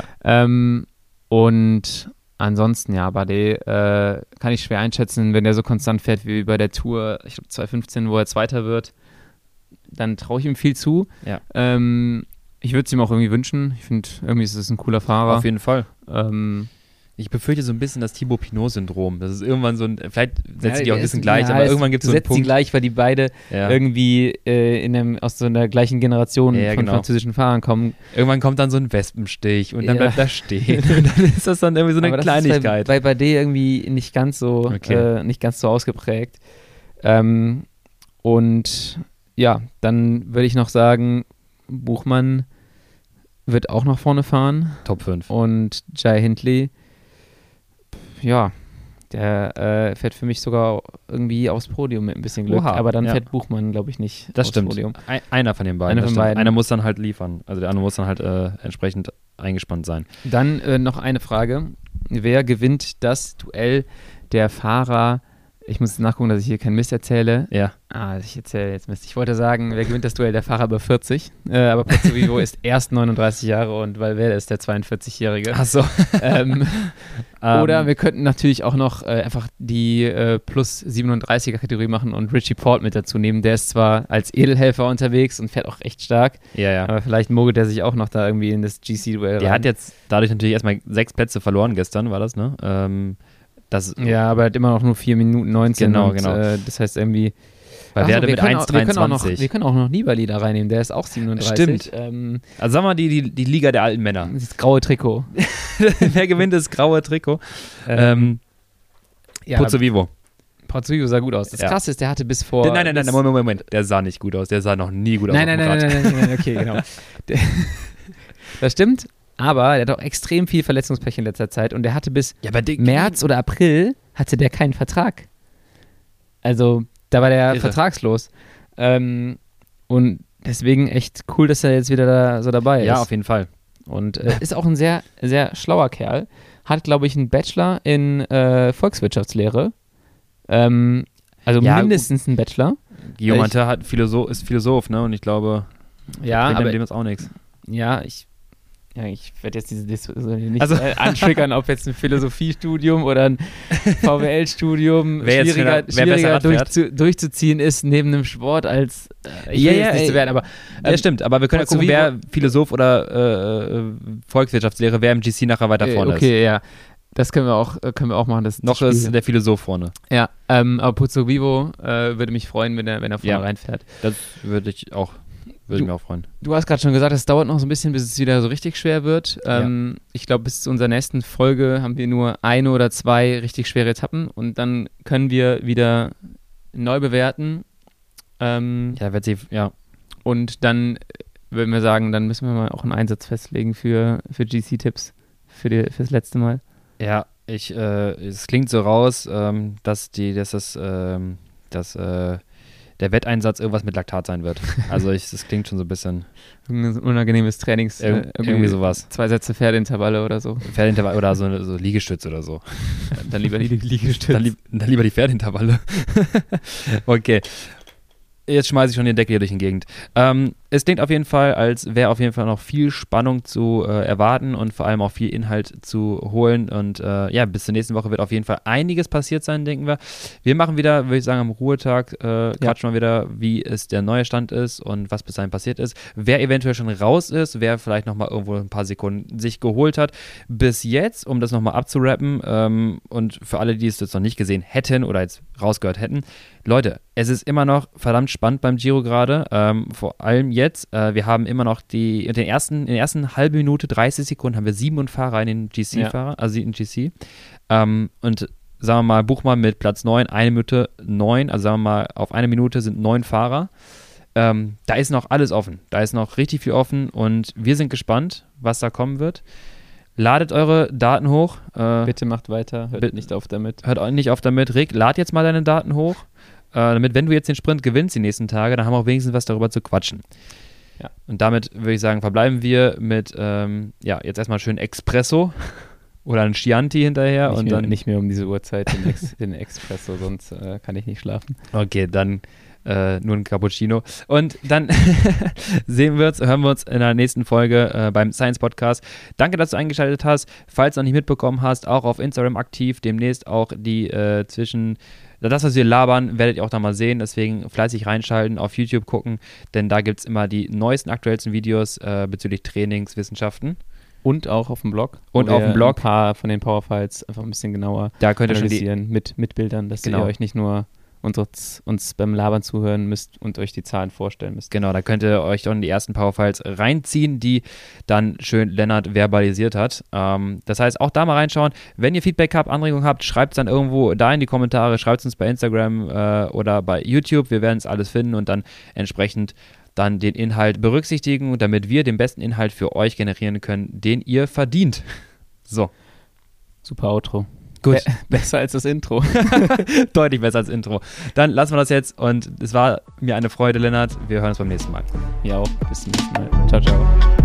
Und ansonsten, ja, Bardet kann ich schwer einschätzen, wenn der so konstant fährt wie bei der Tour, ich glaube 2015, wo er Zweiter wird, dann traue ich ihm viel zu. Ja. Ich würde es ihm auch irgendwie wünschen. Ich finde, irgendwie ist es ein cooler Fahrer. Auf jeden Fall. Ich befürchte so ein bisschen das Thibaut Pinot-Syndrom. Das ist irgendwann so ein, vielleicht setzt die auch ein bisschen gleich, aber irgendwann gibt es so einen Punkt. Sie gleich, weil die beide irgendwie aus so einer gleichen Generation von französischen Fahrern kommen. Irgendwann kommt dann so ein Wespenstich und dann bleibt er stehen. Und dann ist das dann irgendwie so eine aber Kleinigkeit. Das ist bei Bardet irgendwie nicht ganz so ausgeprägt. Und ja, dann würde ich noch sagen, Buchmann wird auch nach vorne fahren. Top 5. Und Jai Hindley, ja, der fährt für mich sogar irgendwie aufs Podium mit ein bisschen Glück. Aber dann fährt Buchmann, glaube ich, nicht das aufs Podium. Einer von den beiden. Einer muss dann halt liefern. Also der andere muss dann halt entsprechend eingespannt sein. Dann noch eine Frage. Wer gewinnt das Duell der Fahrer? Ich muss nachgucken, dass ich hier keinen Mist erzähle. Ja. Ich erzähle jetzt Mist. Ich wollte sagen, wer gewinnt das Duell der Fahrer über 40? Aber Pozzovivo ist erst 39 Jahre und Valverde ist der 42-Jährige. Ach so. Oder wir könnten natürlich auch noch einfach die plus 37er-Kategorie machen und Richie Porte mit dazu nehmen. Der ist zwar als Edelhelfer unterwegs und fährt auch echt stark. Ja. Aber vielleicht mogelt er sich auch noch da irgendwie in das GC-Duell rein. Der hat jetzt dadurch natürlich erstmal 6 Plätze verloren gestern, war das, ne? Ja, aber er hat immer noch nur 4 Minuten 19. Genau. Das heißt irgendwie. Weil Werde mit 1,23. Wir können auch noch Nibali da reinnehmen, der ist auch 37. Stimmt. Also sagen wir mal die Liga der alten Männer. Das graue Trikot. Wer gewinnt das graue Trikot? Pozzovivo. Pozzovivo sah gut aus. Das Krasse ist, der hatte bis vor... Nein, Moment. Der sah nicht gut aus. Der sah noch nie gut aus. Nein, okay, genau. Das stimmt. Aber der hat auch extrem viel Verletzungspech in letzter Zeit und der hatte bis März oder April hatte der keinen Vertrag. Also da war der vertragslos. Und deswegen echt cool, dass er jetzt wieder da so dabei ist. Ja, auf jeden Fall. Und ist auch ein sehr, sehr schlauer Kerl. Hat, glaube ich, einen Bachelor in Volkswirtschaftslehre. Also mindestens einen Bachelor. Guillaume Martin ist Philosoph, ne? Und ich glaube... Ja, aber dem ist auch nichts. Ja, ich werde jetzt diese Diskussion nicht antriggern, ob jetzt ein Philosophiestudium oder ein VWL-Studium schwieriger durchzuziehen ist neben einem Sport als nicht zu werden. Aber ja, stimmt, aber wir können ja gucken, wer Philosoph oder Volkswirtschaftslehre, wer im GC nachher weiter vorne ist. Okay, ja. Das können wir auch machen. Noch ist der Philosoph vorne. Ja, aber Pozzo Vivo würde mich freuen, wenn er vorne reinfährt. Das würde ich mir auch freuen. Du hast gerade schon gesagt, es dauert noch so ein bisschen, bis es wieder so richtig schwer wird. Ich glaube, bis zu unserer nächsten Folge haben wir nur 1 oder 2 richtig schwere Etappen und dann können wir wieder neu bewerten. Und dann würden wir sagen, dann müssen wir mal auch einen Einsatz festlegen für GC-Tipps fürs letzte Mal. Ja, es klingt so raus, dass der Wetteinsatz irgendwas mit Laktat sein wird. Also das klingt schon so ein bisschen... Ein unangenehmes Trainings... irgendwie sowas. 2 Sätze Pferdeintervalle oder so. Pferdeintervalle oder so Liegestütze oder so. Dann lieber die Liegestütze. Dann lieber die Pferdeintervalle. Okay. Jetzt schmeiße ich schon den Deckel hier durch die Gegend. Es klingt auf jeden Fall, als wäre auf jeden Fall noch viel Spannung zu erwarten und vor allem auch viel Inhalt zu holen. Und bis zur nächsten Woche wird auf jeden Fall einiges passiert sein, denken wir. Wir machen wieder, würde ich sagen, am Ruhetag, quatschen wir wieder, wie es der neue Stand ist und was bis dahin passiert ist. Wer eventuell schon raus ist, wer vielleicht nochmal irgendwo ein paar Sekunden sich geholt hat. Bis jetzt, um das nochmal abzurappen und für alle, die es jetzt noch nicht gesehen hätten oder jetzt rausgehört hätten, Leute, es ist immer noch verdammt spannend beim Giro gerade, vor allem jetzt. Wir haben immer noch in der ersten halben Minute, 30 Sekunden haben wir 7 Fahrer in den GC-Fahrer, also in GC. Und sagen wir mal, buch mal mit Platz 9, 1 Minute 9, also sagen wir mal, auf 1 Minute sind 9 Fahrer. Da ist noch alles offen, da ist noch richtig viel offen und wir sind gespannt, was da kommen wird. Ladet eure Daten hoch. Bitte macht weiter, hört nicht auf damit. Hört nicht auf damit. Rick, lad jetzt mal deine Daten hoch, damit, wenn du jetzt den Sprint gewinnst die nächsten Tage, dann haben wir auch wenigstens was darüber zu quatschen. Ja. Und damit würde ich sagen, verbleiben wir mit, jetzt erstmal schön Espresso oder ein Chianti hinterher. Nicht mehr um diese Uhrzeit den Espresso, sonst kann ich nicht schlafen. Okay, dann nur ein Cappuccino. Und dann hören wir uns in der nächsten Folge beim Science Podcast. Danke, dass du eingeschaltet hast. Falls du noch nicht mitbekommen hast, auch auf Instagram aktiv. Demnächst auch die das, was wir labern, werdet ihr auch da mal sehen. Deswegen fleißig reinschalten, auf YouTube gucken, denn da gibt es immer die neuesten, aktuellsten Videos bezüglich Trainingswissenschaften. Und auch auf dem Blog. Und auf dem Blog. Ein paar von den Powerfiles einfach ein bisschen genauer analysieren mit Bildern, dass ihr euch nicht nur uns beim Labern zuhören müsst und euch die Zahlen vorstellen müsst. Genau, da könnt ihr euch dann die ersten Powerfiles reinziehen, die dann schön Lennart verbalisiert hat. Das heißt, auch da mal reinschauen. Wenn ihr Feedback habt, Anregungen habt, schreibt es dann irgendwo da in die Kommentare, schreibt es uns bei Instagram oder bei YouTube. Wir werden es alles finden und dann entsprechend dann den Inhalt berücksichtigen, damit wir den besten Inhalt für euch generieren können, den ihr verdient. So. Super Outro. Gut. Besser als das Intro. Deutlich besser als Intro. Dann lassen wir das jetzt und es war mir eine Freude, Lennart. Wir hören uns beim nächsten Mal. Ja auch. Bis zum nächsten Mal. Ciao, ciao.